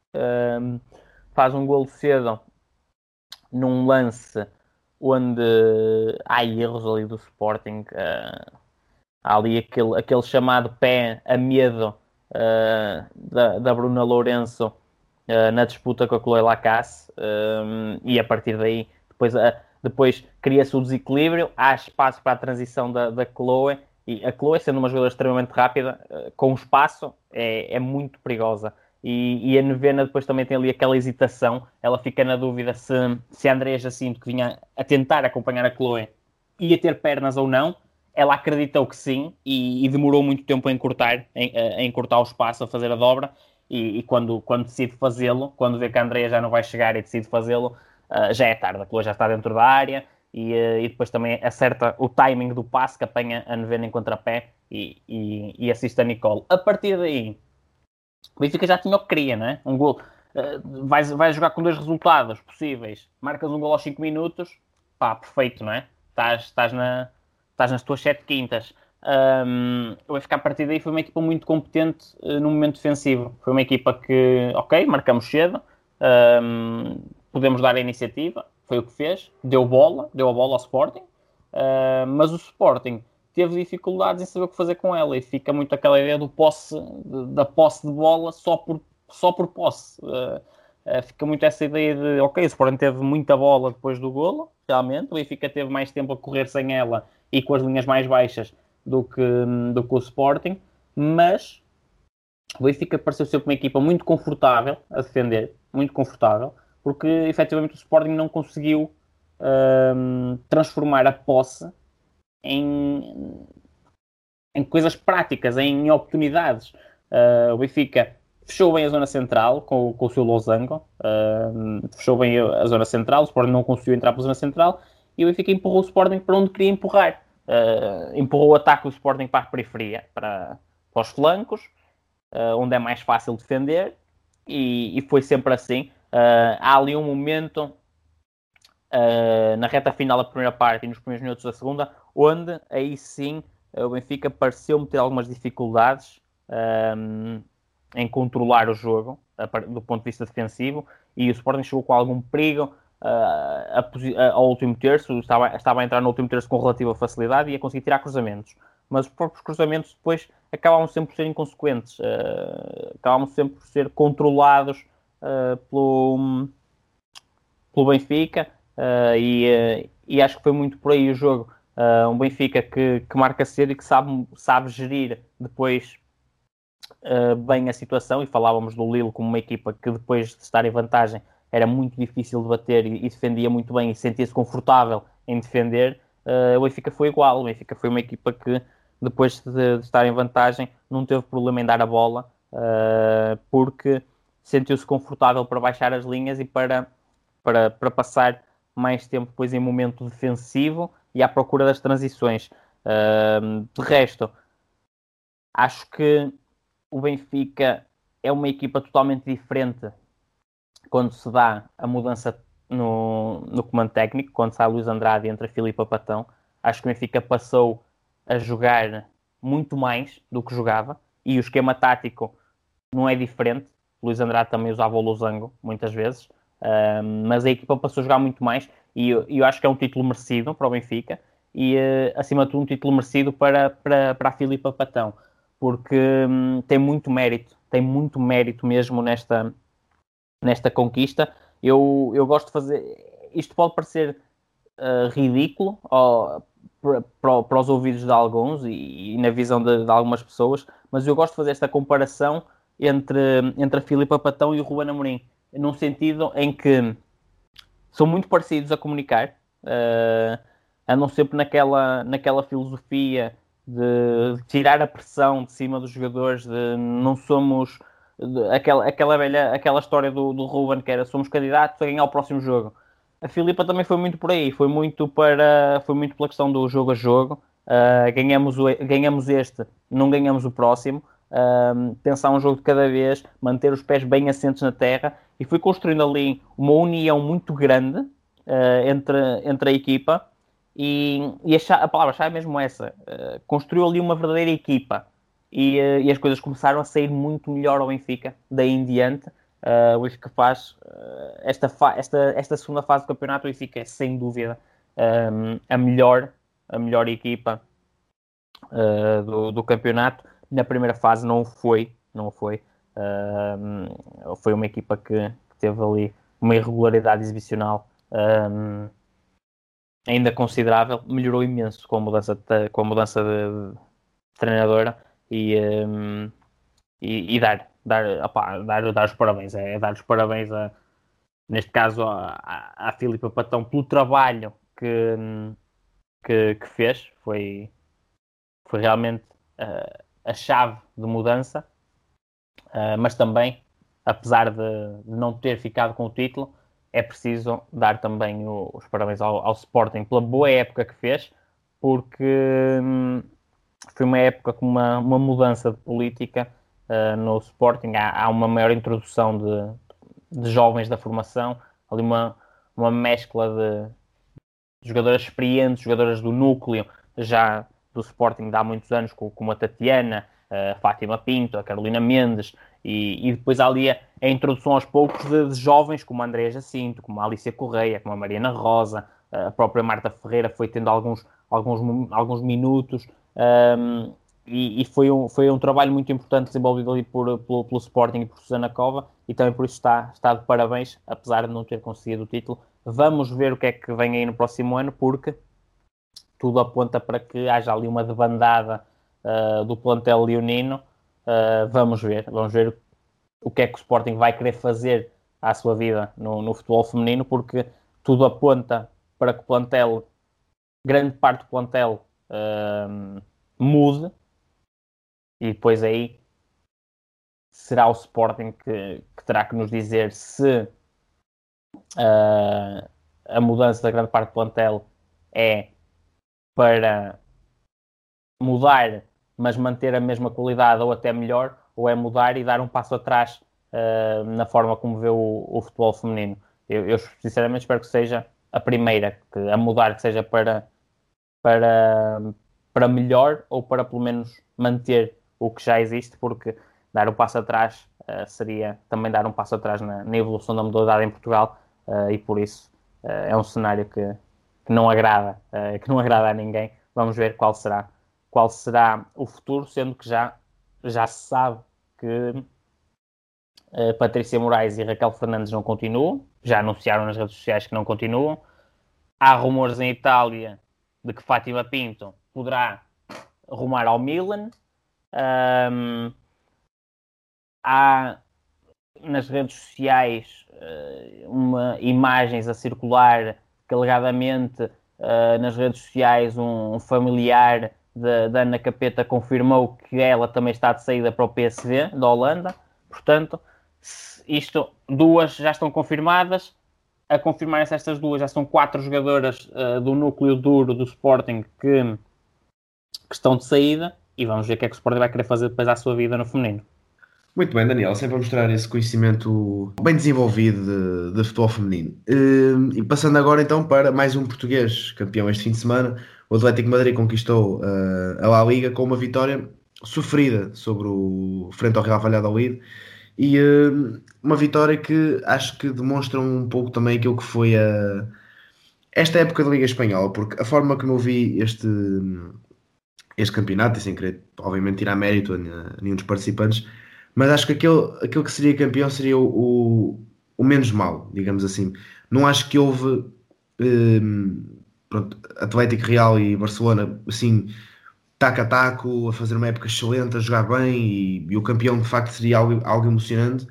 num lance onde há erros ali do Sporting. Há ali aquele chamado pé a medo da Bruna Lourenço na disputa com a Chloé Lacasse, e a partir daí depois cria-se o desequilíbrio, há espaço para a transição da Chloé, e a Chloé, sendo uma jogadora extremamente rápida, com o espaço, é muito perigosa. E a Nevena depois também tem ali aquela hesitação, ela fica na dúvida se a Andrea Jacinto, que vinha a tentar acompanhar a Chloé, ia ter pernas ou não. Ela acreditou que sim, e demorou muito tempo a encurtar o espaço, a fazer a dobra, e quando decide fazê-lo, quando vê que a Andrea já não vai chegar e decide fazê-lo, já é tarde, a Chloé já está dentro da área, e depois também acerta o timing do passe, que apanha a Nevena em contrapé e assiste a Nicole. A partir daí, o Benfica já tinha o que queria, não é? Um gol. Vais jogar com 2 resultados possíveis, marcas um gol aos 5 minutos, pá, perfeito, não é? Estás nas tuas 7 quintas. O Benfica, a partir daí, foi uma equipa muito competente no momento defensivo. Foi uma equipa que, ok, marcamos cedo, podemos dar a iniciativa, foi o que fez, deu a bola ao Sporting, mas o Sporting teve dificuldades em saber o que fazer com ela, e fica muito aquela ideia da posse de bola só por posse. Fica muito essa ideia de, ok, o Sporting teve muita bola depois do golo, realmente, o Benfica teve mais tempo a correr sem ela e com as linhas mais baixas do que o Sporting, mas o Benfica pareceu ser uma equipa muito confortável a defender, muito confortável, porque efetivamente o Sporting não conseguiu transformar a posse em coisas práticas, em oportunidades. O Benfica fechou bem a zona central com o seu losango, fechou bem a zona central, o Sporting não conseguiu entrar para a zona central, e o Benfica empurrou o Sporting para onde queria empurrar. Empurrou o ataque do Sporting para a periferia, para os flancos, onde é mais fácil defender, e foi sempre assim. Há ali um momento na reta final da primeira parte e nos primeiros minutos da segunda, onde aí sim o Benfica pareceu-me ter algumas dificuldades em controlar o jogo do ponto de vista defensivo, e o Sporting chegou com algum perigo ao último terço, estava a entrar no último terço com relativa facilidade e a conseguir tirar cruzamentos, mas os próprios cruzamentos depois acabavam sempre por ser inconsequentes, acabavam sempre por ser controlados pelo Benfica, e acho que foi muito por aí o jogo. Um Benfica que marca cedo e que sabe gerir depois bem a situação, e falávamos do Lille como uma equipa que depois de estar em vantagem era muito difícil de bater e defendia muito bem e sentia-se confortável em defender. O Benfica foi igual, o Benfica foi uma equipa que depois de estar em vantagem não teve problema em dar a bola, porque sentiu-se confortável para baixar as linhas e para passar mais tempo depois em momento defensivo e à procura das transições. De resto, acho que o Benfica é uma equipa totalmente diferente quando se dá a mudança no comando técnico, quando sai Luís Andrade e entra Filipe Patão. Acho que o Benfica passou a jogar muito mais do que jogava, e o esquema tático não é diferente. Luís Andrade também usava o losango muitas vezes, mas a equipa passou a jogar muito mais, e eu acho que é um título merecido para o Benfica, e acima de tudo um título merecido para a Filipe Patão, porque tem muito mérito mesmo nesta conquista. Eu gosto de fazer... Isto pode parecer ridículo para os ouvidos de alguns e na visão de algumas pessoas, mas eu gosto de fazer esta comparação entre a Filipe Patão e o Ruben Amorim, num sentido em que são muito parecidos a comunicar, andam sempre naquela filosofia de tirar a pressão de cima dos jogadores, de não somos... Aquela história do Ruben, que era somos candidatos a ganhar o próximo jogo. A Filipa também foi muito por aí, foi muito pela questão do jogo a jogo. Ganhamos este, não ganhamos o próximo. Pensar um jogo de cada vez, manter os pés bem assentos na terra, e foi construindo ali uma união muito grande entre a equipa, e a palavra-chave é mesmo essa. Construiu ali uma verdadeira equipa, e as coisas começaram a sair muito melhor ao Benfica daí em diante. O Benfica faz esta segunda fase do campeonato. O Benfica é sem dúvida a melhor equipa do campeonato. Na primeira fase não foi, não foi. Foi uma equipa que teve ali uma irregularidade exibicional ainda considerável, melhorou imenso com a mudança de treinadora e dar os parabéns, dar os parabéns neste caso à Filipa Patão pelo trabalho que fez, foi realmente a chave de mudança, mas também, apesar de não ter ficado com o título, é preciso dar também os parabéns ao Sporting pela boa época que fez, porque foi uma época com uma mudança de política no Sporting. Há uma maior introdução de jovens da formação, ali uma mescla de jogadoras experientes, jogadoras do núcleo já do Sporting de há muitos anos, como a Tatiana, a Fátima Pinto, a Carolina Mendes, e depois há ali a introdução aos poucos de jovens como a Andréa Jacinto, como a Alicia Correia, como a Mariana Rosa, a própria Marta Ferreira foi tendo alguns minutos, e foi um trabalho muito importante desenvolvido ali pelo Sporting e por Susana Cova, e também por isso está de parabéns, apesar de não ter conseguido o título. Vamos ver o que é que vem aí no próximo ano, porque tudo aponta para que haja ali uma debandada do plantel leonino. Vamos ver o que é que o Sporting vai querer fazer à sua vida no futebol feminino, porque tudo aponta para que o plantel, grande parte do plantel, mude, e depois aí será o Sporting que terá que nos dizer se a mudança da grande parte do plantel é para mudar, mas manter a mesma qualidade ou até melhor, ou é mudar e dar um passo atrás na forma como vê o futebol feminino. Eu sinceramente espero que seja a primeira, a mudar, que seja para melhor, ou para pelo menos manter o que já existe, porque dar um passo atrás seria também dar um passo atrás na evolução da modalidade em Portugal, e por isso é um cenário que não agrada a ninguém. Vamos ver qual será o futuro, sendo que já se sabe que Patrícia Moraes e Raquel Fernandes não continuam, já anunciaram nas redes sociais que não continuam. Há rumores em Itália de que Fátima Pinto poderá rumar ao Milan. Há nas redes sociais imagens a circular que alegadamente nas redes sociais um familiar da Ana Capeta confirmou que ela também está de saída para o PSV da Holanda. Portanto, duas já estão confirmadas. A confirmarem-se estas duas, já são 4 jogadoras do núcleo duro do Sporting que estão de saída, e vamos ver o que é que o Sporting vai querer fazer depois à sua vida no feminino. Muito bem, Daniel, sempre a mostrar esse conhecimento bem desenvolvido de futebol feminino. E passando agora então para mais um português campeão este fim de semana, o Atlético de Madrid conquistou a La Liga com uma vitória sofrida frente ao Real Valladolid, e uma vitória que acho que demonstra um pouco também aquilo que foi esta época da Liga Espanhola, porque a forma como eu vi este campeonato, e sem querer obviamente tirar mérito a nenhum dos participantes, mas acho que aquele que seria campeão seria o menos mau, digamos assim. Não acho que houve Atlético, Real e Barcelona assim, taco a taco, a fazer uma época excelente, a jogar bem, e o campeão de facto seria algo emocionante.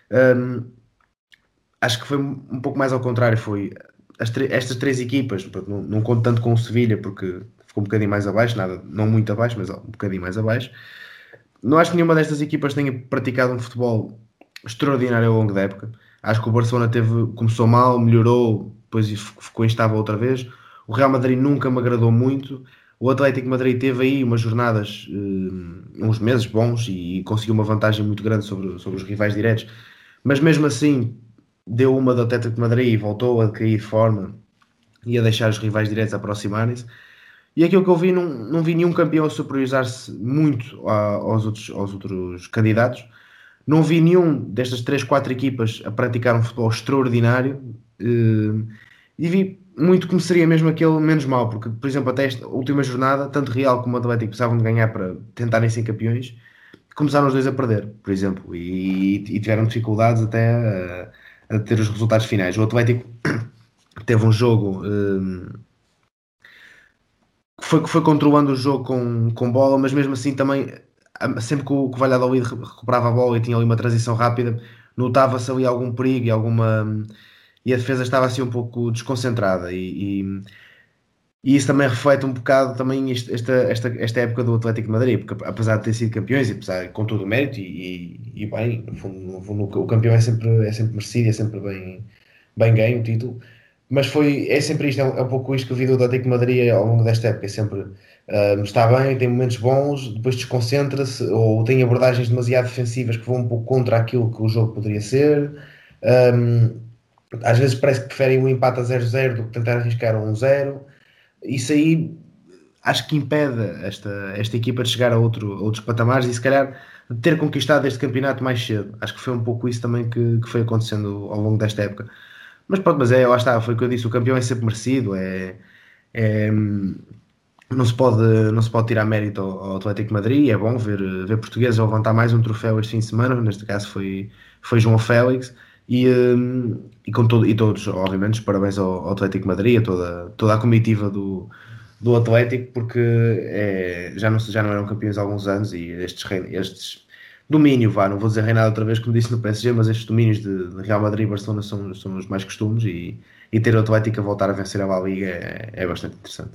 Acho que foi um pouco mais ao contrário. Foi estas 3 equipas, não conto tanto com o Sevilha porque ficou um bocadinho mais abaixo, não muito abaixo, mas um bocadinho mais abaixo. Não acho que nenhuma destas equipas tenha praticado um futebol extraordinário ao longo da época. Acho que o Barcelona começou mal, melhorou, depois ficou instável outra vez. O Real Madrid nunca me agradou muito. O Atlético de Madrid teve aí umas jornadas, uns meses bons, e conseguiu uma vantagem muito grande sobre os rivais diretos. Mas mesmo assim, deu uma do Atlético de Madrid e voltou a cair de forma e a deixar os rivais diretos aproximarem-se. E aquilo que eu vi, não vi nenhum campeão a superiorizar-se muito aos outros candidatos. Não vi nenhum destas 3, 4 equipas a praticar um futebol extraordinário. E vi muito como seria mesmo aquele menos mau, porque, por exemplo, até esta última jornada, tanto Real como Atlético precisavam de ganhar para tentarem ser campeões, começaram os dois a perder, por exemplo, e tiveram dificuldades até a ter os resultados finais. O Atlético teve um jogo que foi controlando o jogo com bola, mas mesmo assim também, sempre que o Valladolid recuperava a bola e tinha ali uma transição rápida, notava-se ali algum perigo e a defesa estava assim um pouco desconcentrada e isso também reflete um bocado também esta época do Atlético de Madrid, porque apesar de ter sido campeões e apesar, com todo o mérito e bem, no fundo, o campeão é sempre merecido, é sempre bem ganho o título, mas é sempre isto, é um pouco isto que eu vi do Atlético de Madrid ao longo desta época, é sempre está bem, tem momentos bons, depois desconcentra-se ou tem abordagens demasiado defensivas que vão um pouco contra aquilo que o jogo poderia ser. Um, Às vezes parece que preferem um empate a 0-0 do que tentar arriscar um 1-0. Isso aí acho que impede esta equipa de chegar a outros patamares e se calhar de ter conquistado este campeonato mais cedo. Acho que foi um pouco isso também que foi acontecendo ao longo desta época. Mas pronto, lá está, foi o que eu disse, o campeão é sempre merecido, não se pode tirar mérito ao Atlético de Madrid, é bom ver portugueses a levantar mais um troféu este fim de semana, neste caso foi João Félix, e todos, obviamente, os parabéns ao Atlético de Madrid, a toda a comitiva do Atlético, porque já não eram campeões há alguns anos e estes domínio, não vou dizer reinado outra vez como disse no PSG, mas estes domínios de Real Madrid e Barcelona são os mais costumes e ter o Atlético a voltar a vencer a La Liga é bastante interessante.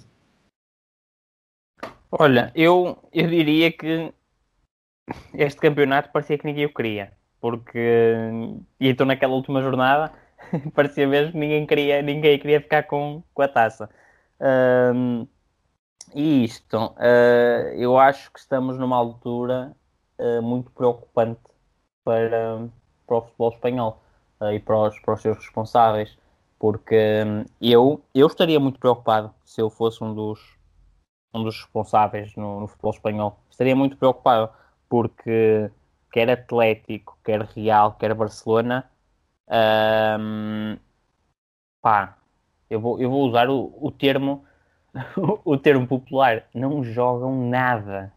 Olha, eu diria que este campeonato parecia que ninguém o queria, porque e então naquela última jornada parecia mesmo que ninguém queria ficar com a taça. E isto, eu acho que estamos numa altura muito preocupante para o futebol espanhol e para os seus responsáveis, porque eu estaria muito preocupado se eu fosse um dos responsáveis no futebol espanhol. Estaria muito preocupado porque quer Atlético, quer Real, quer Barcelona, eu vou usar o termo o termo popular, não jogam nada.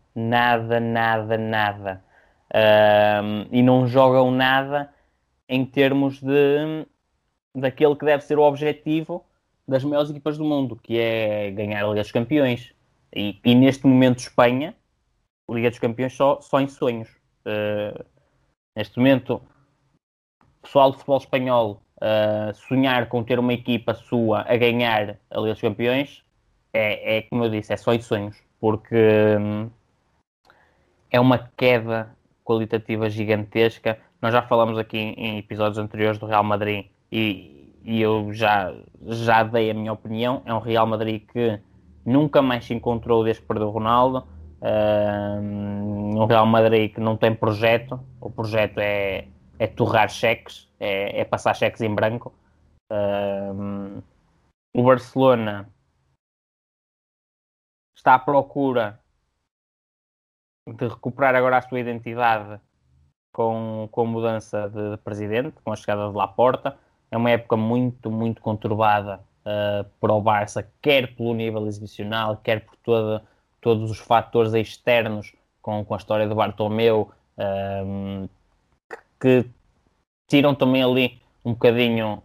E não jogam nada em termos daquele que deve ser o objetivo das maiores equipas do mundo, que é ganhar a Liga dos Campeões. E neste momento Espanha, a Liga dos Campeões só em sonhos. Neste momento, o pessoal do futebol espanhol sonhar com ter uma equipa sua a ganhar a Liga dos Campeões é como eu disse, é só em sonhos, porque é uma queda qualitativa gigantesca. Nós já falamos aqui em episódios anteriores do Real Madrid e eu já dei a minha opinião. É um Real Madrid que nunca mais se encontrou desde que perdeu o Ronaldo. Um Real Madrid que não tem projeto. O projeto é torrar cheques, é passar cheques em branco. O Barcelona está à procura de recuperar agora a sua identidade com a mudança de presidente, com a chegada de Laporta. É uma época muito, muito conturbada para o Barça, quer pelo nível exibicional, quer por todos os fatores externos, com a história do Bartomeu, que tiram também ali um bocadinho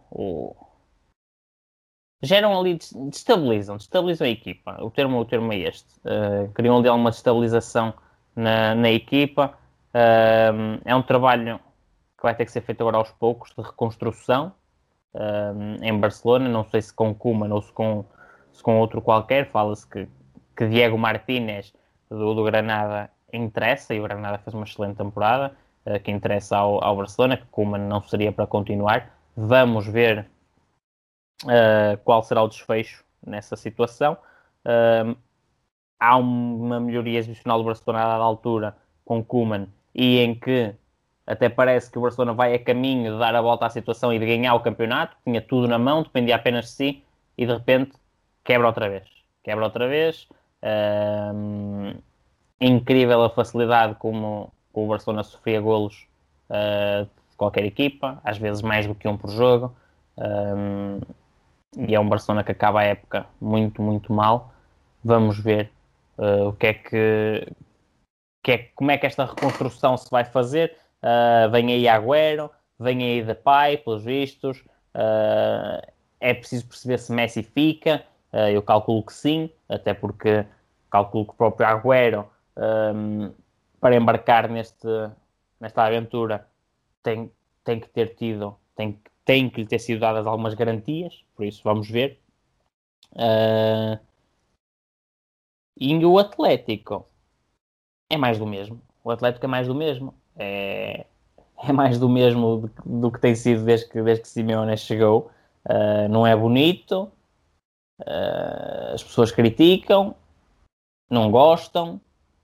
geram ali, destabilizam a equipa. O termo é este. Criam ali alguma destabilização na equipa. É um trabalho que vai ter que ser feito agora aos poucos, de reconstrução em Barcelona. Não sei se com Koeman ou se com outro qualquer. Fala-se que Diego Martínez do Granada interessa, e o Granada fez uma excelente temporada, que interessa ao Barcelona, que Koeman não seria para continuar. Vamos ver qual será o desfecho nessa situação. Há uma melhoria exibicional do Barcelona a dada altura com Koeman, e em que até parece que o Barcelona vai a caminho de dar a volta à situação e de ganhar o campeonato. Tinha tudo na mão, dependia apenas de si, e de repente quebra outra vez. Incrível a facilidade como o Barcelona sofria golos de qualquer equipa, às vezes mais do que um por jogo. E é um Barcelona que acaba a época muito, muito mal. Vamos ver o que é como é que esta reconstrução se vai fazer. Vem aí Agüero, vem aí Depay, pelos vistos. É preciso perceber se Messi fica. Eu calculo que sim, até porque calculo que o próprio Agüero, para embarcar nesta aventura, tem que ter tido, tem que lhe ter sido dadas algumas garantias, por isso vamos ver. E o Atlético é mais do mesmo. O Atlético é mais do mesmo. É mais do mesmo do que tem sido desde que Simeone chegou. Não é bonito. As pessoas criticam. Não gostam.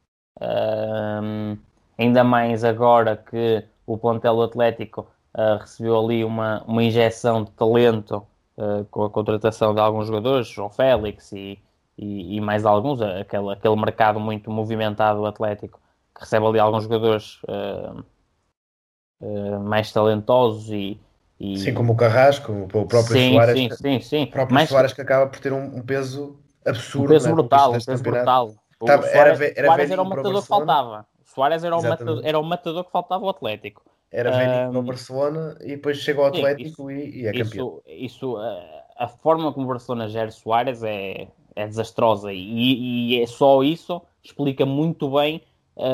Ainda mais agora que o plantel do Atlético recebeu ali uma injeção de talento com a contratação de alguns jogadores, João Félix e mais alguns, aquele mercado muito movimentado do Atlético, que recebe ali alguns jogadores mais talentosos Sim, como o Carrasco, o próprio Suárez. Sim. O próprio Suárez que acaba por ter um peso absurdo. Um peso brutal, O Suárez era o matador que faltava. O Suárez era o matador que faltava ao Atlético. Era vendido para o Barcelona e depois chega ao Atlético e é campeão. A forma como o Barcelona gera Suárez é desastrosa e é só isso explica muito bem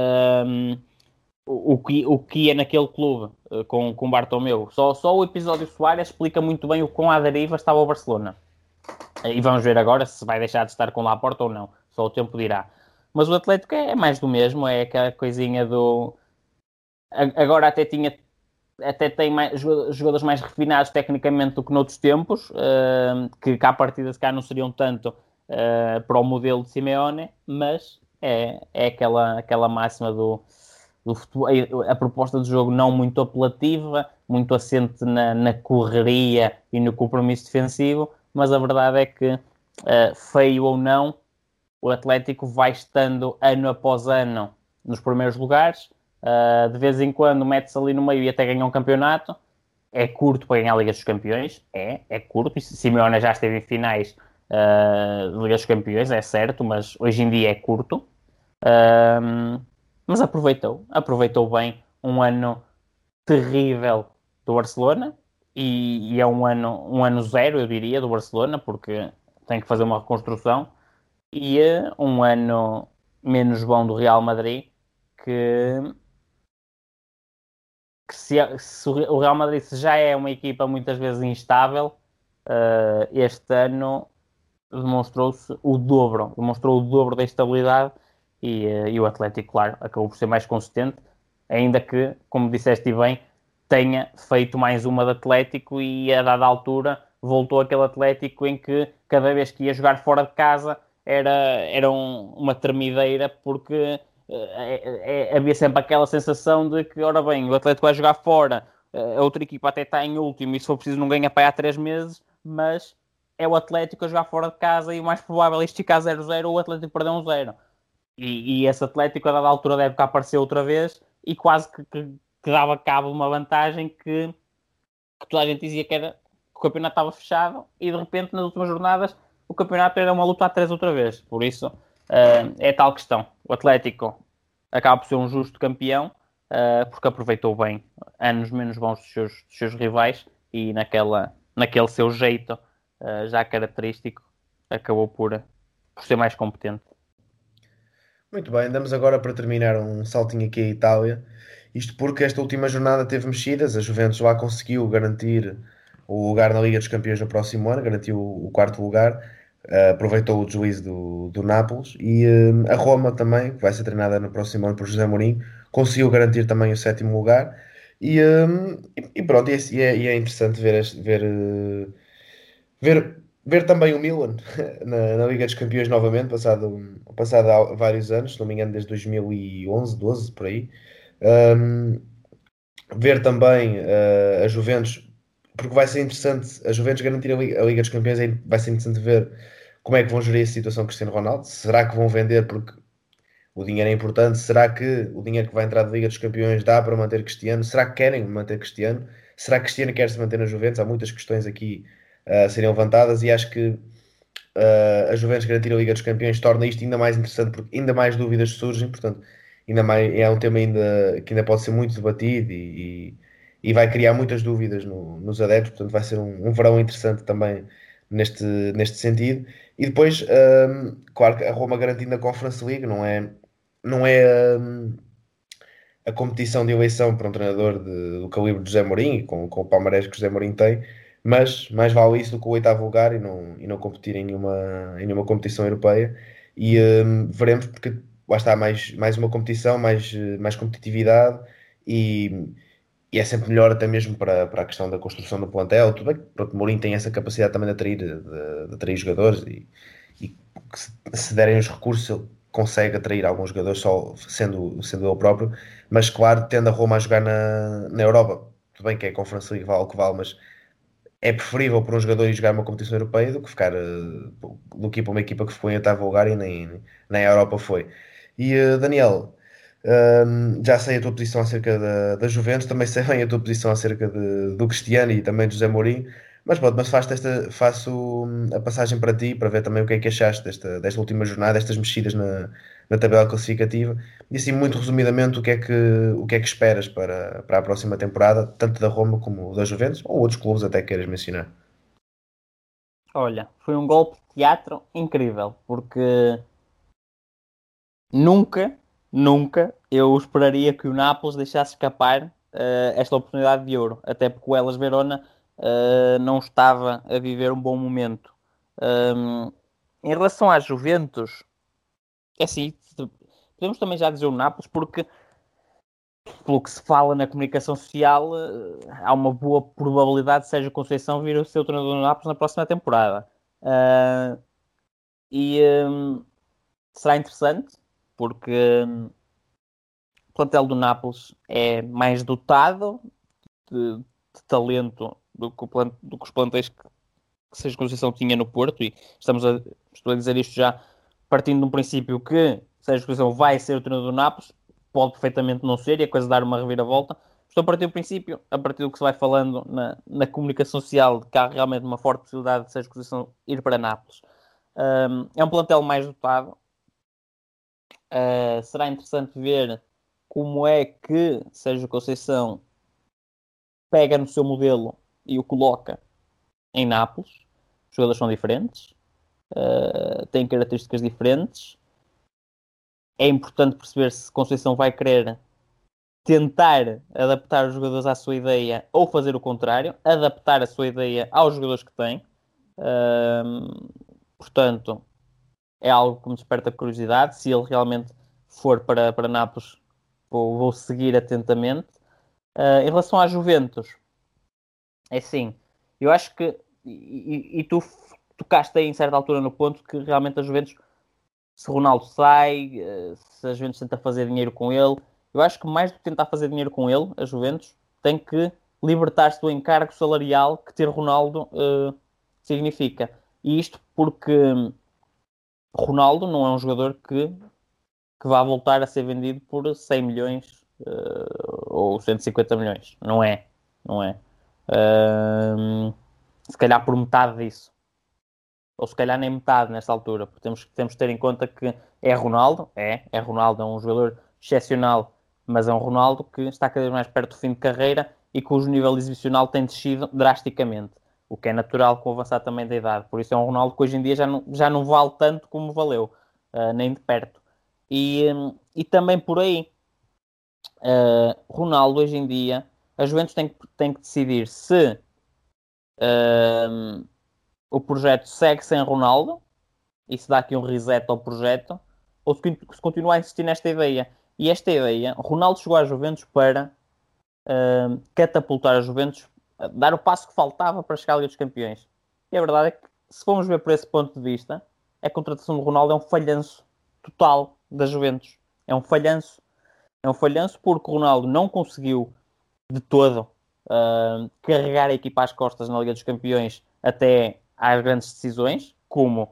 o que é naquele clube com Bartomeu. Só o episódio Suárez explica muito bem o quão à deriva estava o Barcelona. E vamos ver agora se vai deixar de estar com Laporta ou não. Só o tempo dirá. Mas o Atlético é mais do mesmo. É aquela coisinha do... Agora até tem mais, jogadores mais refinados tecnicamente do que noutros tempos, que à partida se calhar não seriam tanto para o modelo de Simeone, mas é aquela máxima do futebol, a proposta de jogo não muito apelativa, muito assente na correria e no compromisso defensivo, mas a verdade é que, feio ou não, o Atlético vai estando ano após ano nos primeiros lugares. De vez em quando mete-se ali no meio e até ganha um campeonato. É curto para ganhar a Liga dos Campeões, é curto. Simeone já esteve em finais de Liga dos Campeões, é certo, mas hoje em dia é curto. Mas aproveitou bem um ano terrível do Barcelona e é um ano zero, eu diria, do Barcelona, porque tem que fazer uma reconstrução, e um ano menos bom do Real Madrid, que se o Real Madrid já é uma equipa muitas vezes instável, este ano demonstrou o dobro da estabilidade e o Atlético, claro, acabou por ser mais consistente, ainda que, como disseste bem, tenha feito mais uma de Atlético e a dada altura voltou aquele Atlético em que cada vez que ia jogar fora de casa era uma tremideira, porque havia sempre aquela sensação de que, ora bem, o Atlético vai jogar fora, a outra equipa até está em último e se for preciso não ganha para aí há 3 meses, mas é o Atlético a jogar fora de casa e o mais provável é isto ficar 0-0 ou o Atlético perder 1-0. E esse Atlético a dada altura da época apareceu outra vez e quase que dava cabo de uma vantagem que toda a gente dizia que o campeonato estava fechado e de repente nas últimas jornadas o campeonato era uma luta a 3 outra vez. Por isso é tal questão. O Atlético acaba por ser um justo campeão, porque aproveitou bem anos menos bons dos seus rivais e naquele seu jeito já característico acabou por ser mais competente. Muito bem, damos agora para terminar um saltinho aqui à Itália. Isto porque esta última jornada teve mexidas, a Juventus lá conseguiu garantir o lugar na Liga dos Campeões no próximo ano, garantiu o 4º lugar, aproveitou o deslize do Nápoles, e a Roma também, que vai ser treinada no próximo ano por José Mourinho, conseguiu garantir também o 7º lugar, e pronto, é interessante ver também o Milan na Liga dos Campeões novamente, passado há vários anos, se não me engano desde 2011, 12, por aí. Ver também a Juventus, porque vai ser interessante a Juventus garantir a Liga dos Campeões, vai ser interessante ver como é que vão gerir a situação de Cristiano Ronaldo. Será que vão vender porque o dinheiro é importante? Será que o dinheiro que vai entrar da Liga dos Campeões dá para manter Cristiano? Será que querem manter Cristiano? Será que Cristiano quer se manter na Juventus? Há muitas questões aqui a serem levantadas e acho que a Juventus garantir a Liga dos Campeões torna isto ainda mais interessante, porque ainda mais dúvidas surgem. Portanto, ainda mais, é um tema que ainda pode ser muito debatido e vai criar muitas dúvidas nos adeptos, portanto vai ser um verão interessante também neste sentido. E depois, claro que a Roma garantindo a Conference League não é a competição de eleição para um treinador do calibre de José Mourinho, com o palmarés que José Mourinho tem, mas mais vale isso do que o oitavo lugar e não competir em nenhuma competição europeia. E veremos, porque lá está mais uma competição, mais competitividade e é sempre melhor até mesmo para a questão da construção do plantel. Tudo bem que pronto, Mourinho tem essa capacidade também de atrair jogadores e que se derem os recursos ele consegue atrair alguns jogadores só sendo ele próprio, mas claro, tendo a Roma a jogar na Europa, tudo bem que é a Conference League, vale o que vale, mas é preferível para um jogador ir jogar uma competição europeia do que ir para uma equipa que ficou em oitavo lugar e nem a Europa foi. E Daniel, já sei a tua posição acerca da Juventus, também sei bem a tua posição acerca do Cristiano e também de José Mourinho, mas pronto, mas faço a passagem para ti, para ver também o que é que achaste desta última jornada, destas mexidas na tabela classificativa, e assim muito resumidamente o que é que esperas para a próxima temporada, tanto da Roma como da Juventus, ou outros clubes até queiras mencionar. Olha, foi um golpe de teatro incrível, porque nunca eu esperaria que o Nápoles deixasse escapar esta oportunidade de ouro, até porque o Hellas Verona não estava a viver um bom momento. Em relação às Juventus, é assim, podemos também já dizer o Nápoles, porque pelo que se fala na comunicação social, há uma boa probabilidade de Sérgio Conceição vir a ser o treinador do Nápoles na próxima temporada. Será interessante, porque o plantel do Nápoles é mais dotado de talento do que os plantéis que Sérgio Conceição tinha no Porto, e estou a dizer isto já partindo de um princípio que Sérgio Conceição vai ser o treinador do Nápoles, pode perfeitamente não ser, e a coisa dar uma reviravolta. Estou a partir do princípio, a partir do que se vai falando na comunicação social, de que há realmente uma forte possibilidade de Sérgio Conceição ir para Nápoles. É um plantel mais dotado. Será interessante ver como é que Sérgio Conceição pega no seu modelo e o coloca em Nápoles. Os jogadores são diferentes, têm características diferentes. É importante perceber se Conceição vai querer tentar adaptar os jogadores à sua ideia ou fazer o contrário, adaptar a sua ideia aos jogadores que tem. Portanto, é algo que me desperta curiosidade. Se ele realmente for para Nápoles, vou seguir atentamente. Em relação à Juventus, é assim, eu acho que, e tu tocaste aí em certa altura no ponto que realmente a Juventus, se Ronaldo sai, se a Juventus tenta fazer dinheiro com ele, eu acho que mais do que tentar fazer dinheiro com ele, a Juventus tem que libertar-se do encargo salarial que ter Ronaldo significa. E isto porque Ronaldo não é um jogador que vá voltar a ser vendido por 100 milhões ou 150 milhões. Não é. Se calhar por metade disso. Ou se calhar nem metade nesta altura. Porque temos de ter em conta que é Ronaldo. É Ronaldo, é um jogador excepcional, mas é um Ronaldo que está cada vez mais perto do fim de carreira e cujo nível exibicional tem descido drasticamente. O que é natural com o avançar também da idade. Por isso é um Ronaldo que hoje em dia já não vale tanto como valeu. Nem de perto. E também por aí, Ronaldo hoje em dia, a Juventus tem que decidir se o projeto segue sem Ronaldo e se dá aqui um reset ao projeto, ou se continua a insistir nesta ideia. E esta ideia, Ronaldo chegou à Juventus para catapultar a Juventus, dar o passo que faltava para chegar à Liga dos Campeões. E a verdade é que, se formos ver por esse ponto de vista, a contratação de Ronaldo é um falhanço total da Juventus. É um falhanço porque o Ronaldo não conseguiu de todo carregar a equipa às costas na Liga dos Campeões até às grandes decisões, como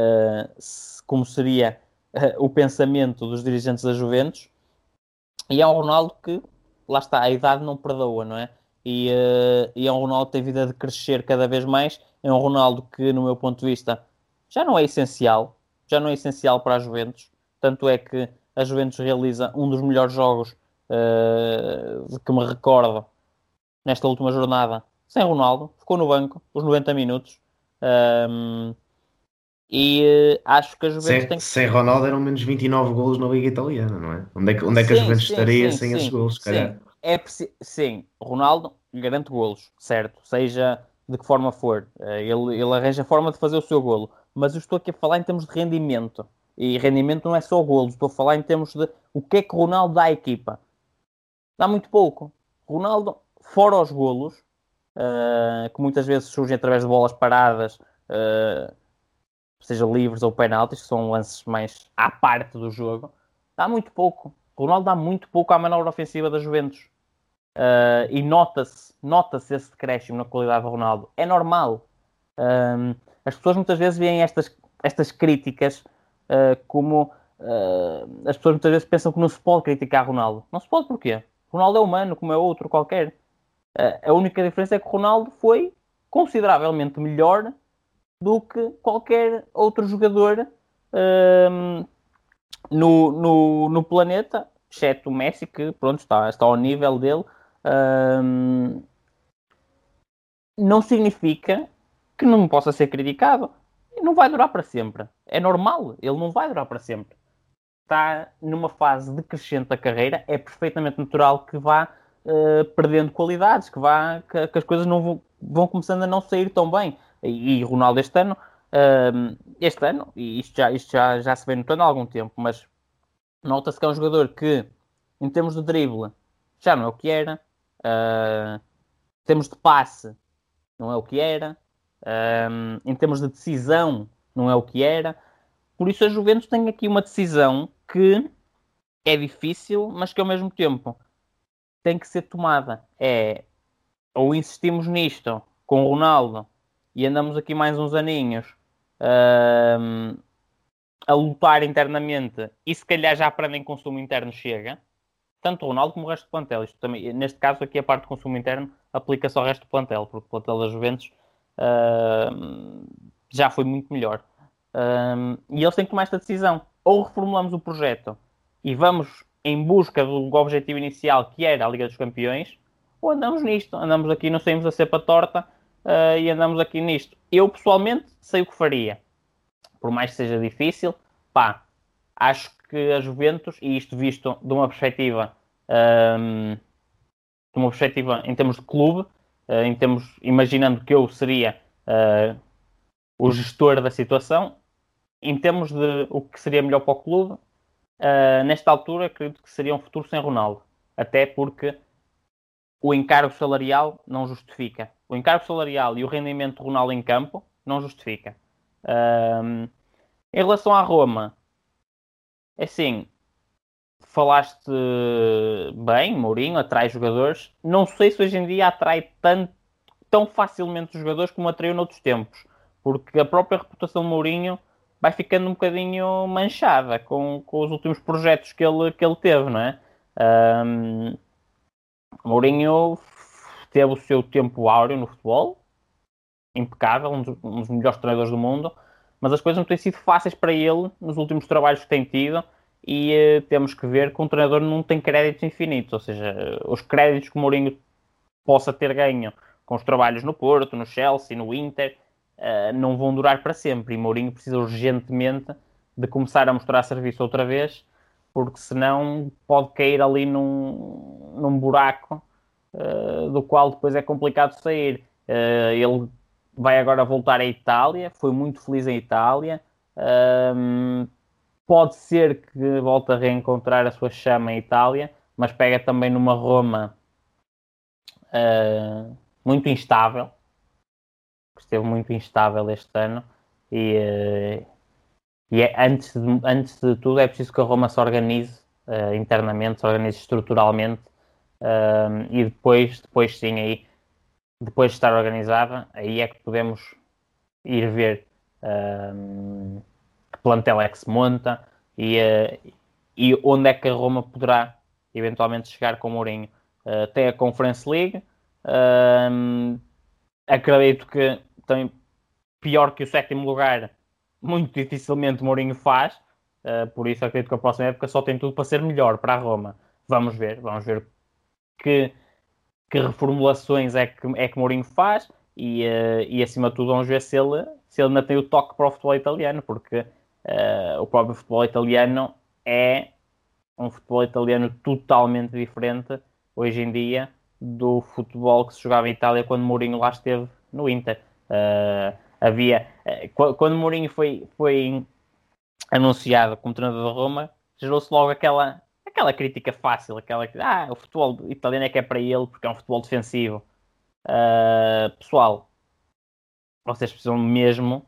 seria o pensamento dos dirigentes da Juventus. E é um Ronaldo que, lá está, a idade não perdoa, não é? E é um Ronaldo que tem vida de crescer cada vez mais. É um Ronaldo que, no meu ponto de vista, já não é essencial para a Juventus. Tanto é que a Juventus realiza um dos melhores jogos de que me recordo nesta última jornada, sem Ronaldo, ficou no banco os 90 minutos. Acho que a Juventus tem que... Sem Ronaldo eram menos 29 golos na Liga Italiana, não é? Onde é que a Juventus estaria sem esses golos, se calhar? Sim, Ronaldo garante golos, certo? Seja de que forma for. Ele arranja a forma de fazer o seu golo. Mas eu estou aqui a falar em termos de rendimento. E rendimento não é só golos. Estou a falar em termos de o que é que Ronaldo dá à equipa. Dá muito pouco. Ronaldo, fora os golos, que muitas vezes surgem através de bolas paradas, seja livres ou penaltis, que são lances mais à parte do jogo, dá muito pouco. Ronaldo dá muito pouco à manobra ofensiva da Juventus. E nota-se esse decréscimo na qualidade do Ronaldo. É normal. As pessoas muitas vezes veem estas críticas como... as pessoas muitas vezes pensam que não se pode criticar Ronaldo. Não se pode, porquê? Ronaldo é humano, como é outro qualquer. A única diferença é que Ronaldo foi consideravelmente melhor do que qualquer outro jogador no planeta, exceto o Messi, que pronto, está ao nível dele. Não significa que não possa ser criticado. Não vai durar para sempre. É normal, ele não vai durar para sempre. Está numa fase decrescente da carreira, é perfeitamente natural que vá perdendo qualidades, que as coisas não vão começando a não sair tão bem. E Ronaldo este ano, e isto já se vem notando há algum tempo, mas nota-se que é um jogador que, em termos de drible, já não é o que era, em termos de passe, não é o que era, em termos de decisão, não é o que era. Por isso a Juventus tem aqui uma decisão que é difícil, mas que ao mesmo tempo tem que ser tomada. Ou insistimos nisto com o Ronaldo e andamos aqui mais uns aninhos a lutar internamente e se calhar já para nem consumo interno chega, tanto o Ronaldo como o resto do plantel. Isto também, neste caso aqui a parte de consumo interno aplica-se ao resto do plantel, porque o plantel da Juventus já foi muito melhor. E eles têm que tomar esta decisão. Ou reformulamos o projeto e vamos em busca do objetivo inicial, que era a Liga dos Campeões, ou andamos nisto. Andamos aqui, não saímos a cepa torta e andamos aqui nisto. Eu, pessoalmente, sei o que faria. Por mais que seja difícil, acho que a Juventus, e isto visto de uma perspectiva em termos de clube, imaginando que eu seria o gestor da situação, em termos de o que seria melhor para o clube, nesta altura acredito que seria um futuro sem Ronaldo, até porque o encargo salarial não justifica. O encargo salarial e o rendimento de Ronaldo em campo não justifica. Em relação à Roma, é assim, falaste bem, Mourinho atrai jogadores. Não sei se hoje em dia atrai tão facilmente os jogadores como atraiu noutros tempos, porque a própria reputação de Mourinho vai ficando um bocadinho manchada com os últimos projetos que ele teve, não é? Mourinho teve o seu tempo áureo no futebol, impecável, um dos melhores treinadores do mundo, mas as coisas não têm sido fáceis para ele nos últimos trabalhos que tem tido e temos que ver que um treinador não tem créditos infinitos, ou seja, os créditos que o Mourinho possa ter ganho com os trabalhos no Porto, no Chelsea, no Inter, não vão durar para sempre, e Mourinho precisa urgentemente de começar a mostrar serviço outra vez, porque senão pode cair ali num buraco do qual depois é complicado sair. Ele vai agora voltar à Itália, foi muito feliz em Itália, pode ser que volte a reencontrar a sua chama em Itália, mas pega também numa Roma muito instável, que esteve muito instável este ano, e antes de tudo é preciso que a Roma se organize internamente, se organize estruturalmente, e depois sim, aí, depois de estar organizada, aí é que podemos ir ver que plantel é que se monta e onde é que a Roma poderá eventualmente chegar com o Mourinho. Tem a Conference League, acredito que também pior que o sétimo lugar muito dificilmente Mourinho faz, Por isso acredito que a próxima época só tem tudo para ser melhor para a Roma. Vamos ver que reformulações é que Mourinho faz e acima de tudo vamos ver se ele ainda tem o toque para o futebol italiano, porque o próprio futebol italiano é um futebol italiano totalmente diferente hoje em dia do futebol que se jogava em Itália quando Mourinho lá esteve no Inter. Quando Mourinho foi anunciado como treinador da Roma, gerou-se logo aquela crítica fácil, o futebol italiano é que é para ele porque é um futebol defensivo. Pessoal, vocês precisam mesmo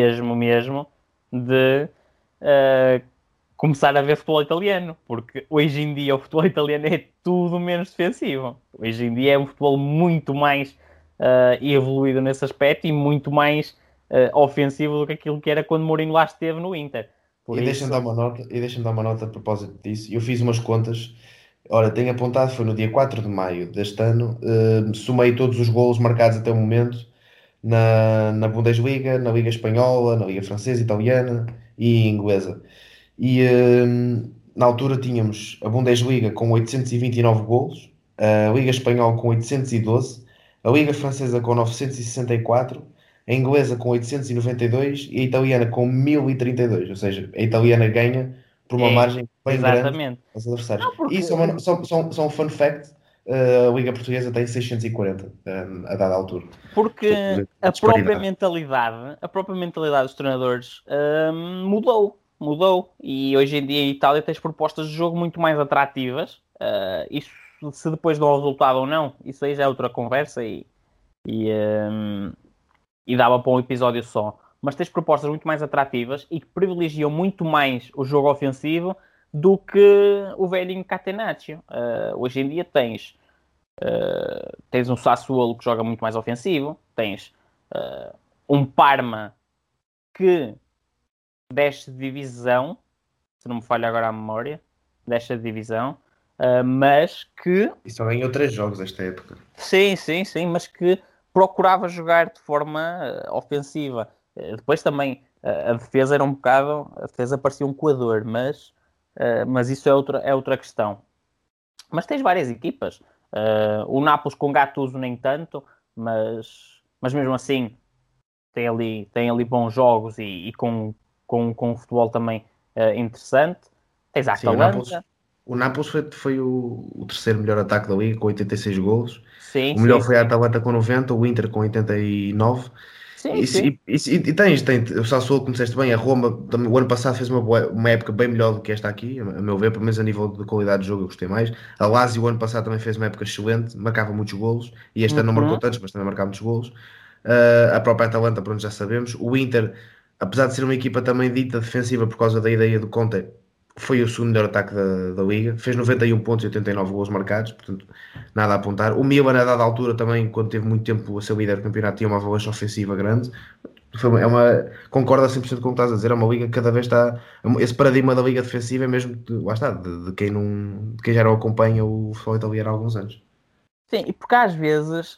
de começar a ver futebol italiano, porque hoje em dia o futebol italiano é tudo menos defensivo. Hoje em dia é um futebol muito mais evoluído nesse aspecto e muito mais ofensivo do que aquilo que era quando Mourinho lá esteve no Inter. Deixa-me dar uma nota a propósito disso. Eu fiz umas contas. Ora, tenho apontado, foi no dia 4 de maio deste ano, somei todos os golos marcados até o momento na Bundesliga, na Liga Espanhola, na Liga Francesa, Italiana e Inglesa. E na altura tínhamos a Bundesliga com 829 golos, a Liga Espanhola com 812, a Liga Francesa com 964, a Inglesa com 892 e a Italiana com 1032. Ou seja, a Italiana ganha por uma margem bem grande aos adversários. E só um fun fact, a Liga Portuguesa tem 640 a dada altura. Porque a própria mentalidade dos treinadores mudou. E hoje em dia em Itália tens propostas de jogo muito mais atrativas. Isso, se depois dão resultado ou não, isso aí já é outra conversa e dava para um episódio só. Mas tens propostas muito mais atrativas e que privilegiam muito mais o jogo ofensivo do que o velhinho Catenaccio. Hoje em dia tens um Sassuolo que joga muito mais ofensivo, tens um Parma que desce de divisão, se não me falha agora a memória, desce de divisão, mas que... E só ganhou 3 jogos esta época. Sim, mas que procurava jogar de forma ofensiva. Depois também a defesa era um bocado... A defesa parecia um coador, mas isso é outra questão. Mas tens várias equipas. O Nápoles com Gattuso nem tanto, mas mesmo assim tem ali bons jogos e com um futebol também interessante. Tens a Atalanta. O Nápoles foi o terceiro melhor ataque da Liga, com 86 golos. Sim, o melhor foi a Atalanta com 90, o Inter com 89. E tens o Sassuolo, como disseste bem, a Roma, o ano passado fez uma época bem melhor do que esta aqui, a meu ver, pelo menos a nível de qualidade de jogo eu gostei mais. A Lazio o ano passado também fez uma época excelente, marcava muitos golos, e este ano não marcou tantos, mas também marcava muitos golos. A própria Atalanta, pronto, já sabemos. O Inter, apesar de ser uma equipa também dita defensiva por causa da ideia do Conte, foi o segundo melhor ataque da Liga, fez 91 pontos e 89 golos marcados, portanto nada a apontar. O Milan, a dada altura também, quando teve muito tempo a ser líder do campeonato, tinha uma avalanche ofensiva grande. Concorda 100% com o que estás a dizer, é uma liga que cada vez está... Esse paradigma da liga defensiva é mesmo, lá está, de quem já não acompanha o futebol italiano há alguns anos. Sim, e porque às vezes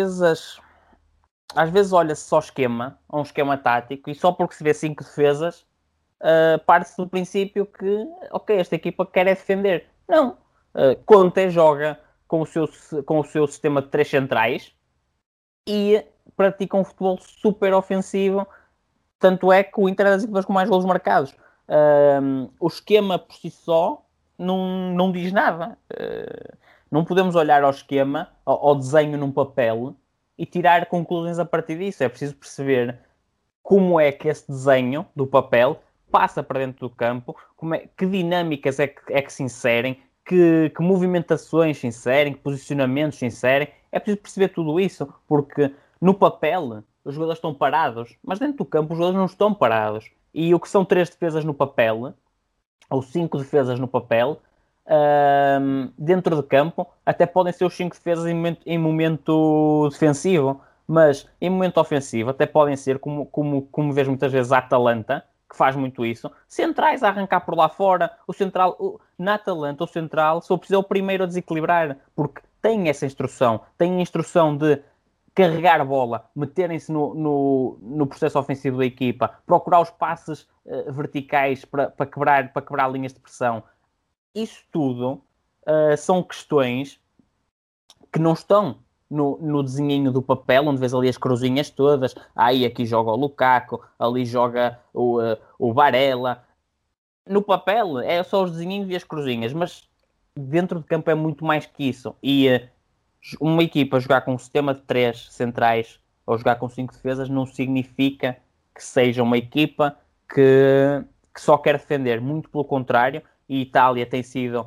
olha-se só um esquema tático, e só porque se vê 5 defesas, parte-se do princípio que, ok, esta equipa quer é defender. Não. Conte joga com o seu sistema de 3 centrais e pratica um futebol super ofensivo. Tanto é que o Inter é das equipas com mais golos marcados. O esquema por si só não diz nada. Não podemos olhar ao esquema, ao desenho num papel e tirar conclusões a partir disso. É preciso perceber como é que esse desenho do papel passa para dentro do campo, que dinâmicas é que se inserem, que movimentações se inserem, que posicionamentos se inserem. É preciso perceber tudo isso, porque no papel os jogadores estão parados, mas dentro do campo os jogadores não estão parados. E o que são 3 defesas no papel, ou 5 defesas no papel, dentro de campo, até podem ser os 5 defesas em momento defensivo, mas em momento ofensivo até podem ser, como vejo muitas vezes a Atalanta, que faz muito isso, centrais a arrancar por lá fora. Na Atalanta, o central, se eu preciso, é o primeiro a desequilibrar, porque tem essa instrução, tem a instrução de carregar a bola, meterem-se no processo ofensivo da equipa, procurar os passes verticais para quebrar linhas de pressão. Isso tudo são questões que não estão no desenhinho do papel, onde vês ali as cruzinhas todas. Aí aqui joga o Lukaku, ali joga o Varela. No papel é só os desenhinhos e as cruzinhas, mas dentro de campo é muito mais que isso. E uma equipa jogar com um sistema de 3 centrais ou jogar com 5 defesas não significa que seja uma equipa que só quer defender. Muito pelo contrário, e Itália tem sido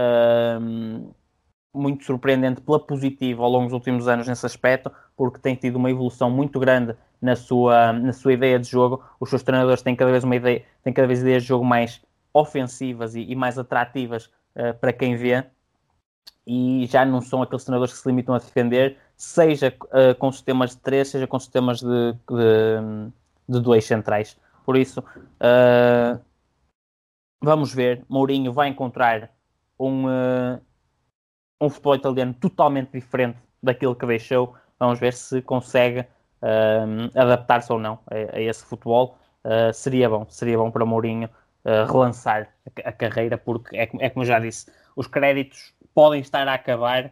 muito surpreendente pela positiva ao longo dos últimos anos nesse aspecto, porque tem tido uma evolução muito grande na sua ideia de jogo. Os seus treinadores têm cada vez ideias de jogo mais ofensivas e mais atrativas para quem vê, e já não são aqueles treinadores que se limitam a defender, seja com sistemas de 3, seja com sistemas de 2 centrais. Por isso, vamos ver. Mourinho vai encontrar um futebol italiano totalmente diferente daquilo que deixou. Vamos ver se consegue adaptar-se ou não a esse futebol. Seria bom para Mourinho relançar a carreira, porque é como eu já disse, os créditos podem estar a acabar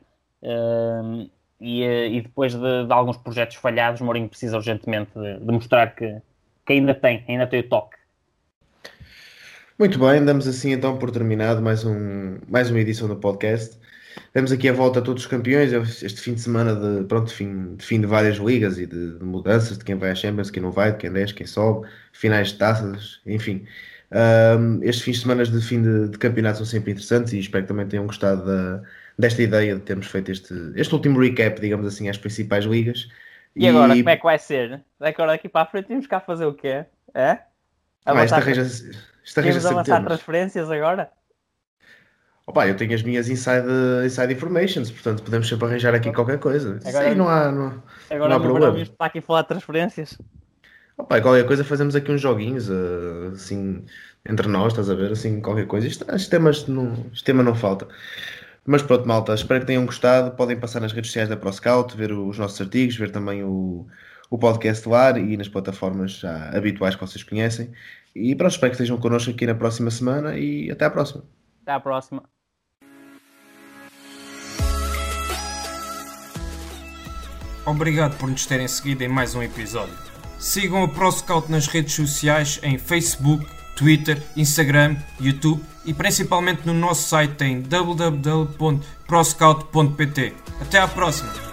e depois de alguns projetos falhados, Mourinho precisa urgentemente de mostrar que ainda tem o toque. Muito bem, damos assim então por terminado mais uma edição do podcast. Damos aqui a volta a todos os campeões, este fim de semana de fim de várias ligas e de mudanças, de quem vai à Champions, quem não vai, de quem desce, quem sobe, finais de taças, enfim. Estes fins de semana de fim de campeonato são sempre interessantes, e espero que também tenham gostado desta ideia de termos feito este último recap, digamos assim, às principais ligas. E agora, como é que vai ser? Agora daqui para a frente temos cá fazer o quê? Isto arranja sempre avançar transferências agora? Opa, eu tenho as minhas inside informations, portanto podemos sempre arranjar aqui qualquer coisa. Agora, isso aí não há problema. Vamos para aqui falar de transferências. Opa, qualquer coisa fazemos aqui uns joguinhos, assim, entre nós, estás a ver, assim, qualquer coisa. Este tema não falta. Mas pronto, malta, espero que tenham gostado. Podem passar nas redes sociais da ProScout, ver os nossos artigos, ver também o podcast do ar e nas plataformas já habituais que vocês conhecem. E pronto, espero que estejam connosco aqui na próxima semana e até à próxima. Até à próxima. Obrigado por nos terem seguido em mais um episódio. Sigam a ProScout nas redes sociais em Facebook, Twitter, Instagram, YouTube e principalmente no nosso site em www.proscout.pt. Até à próxima!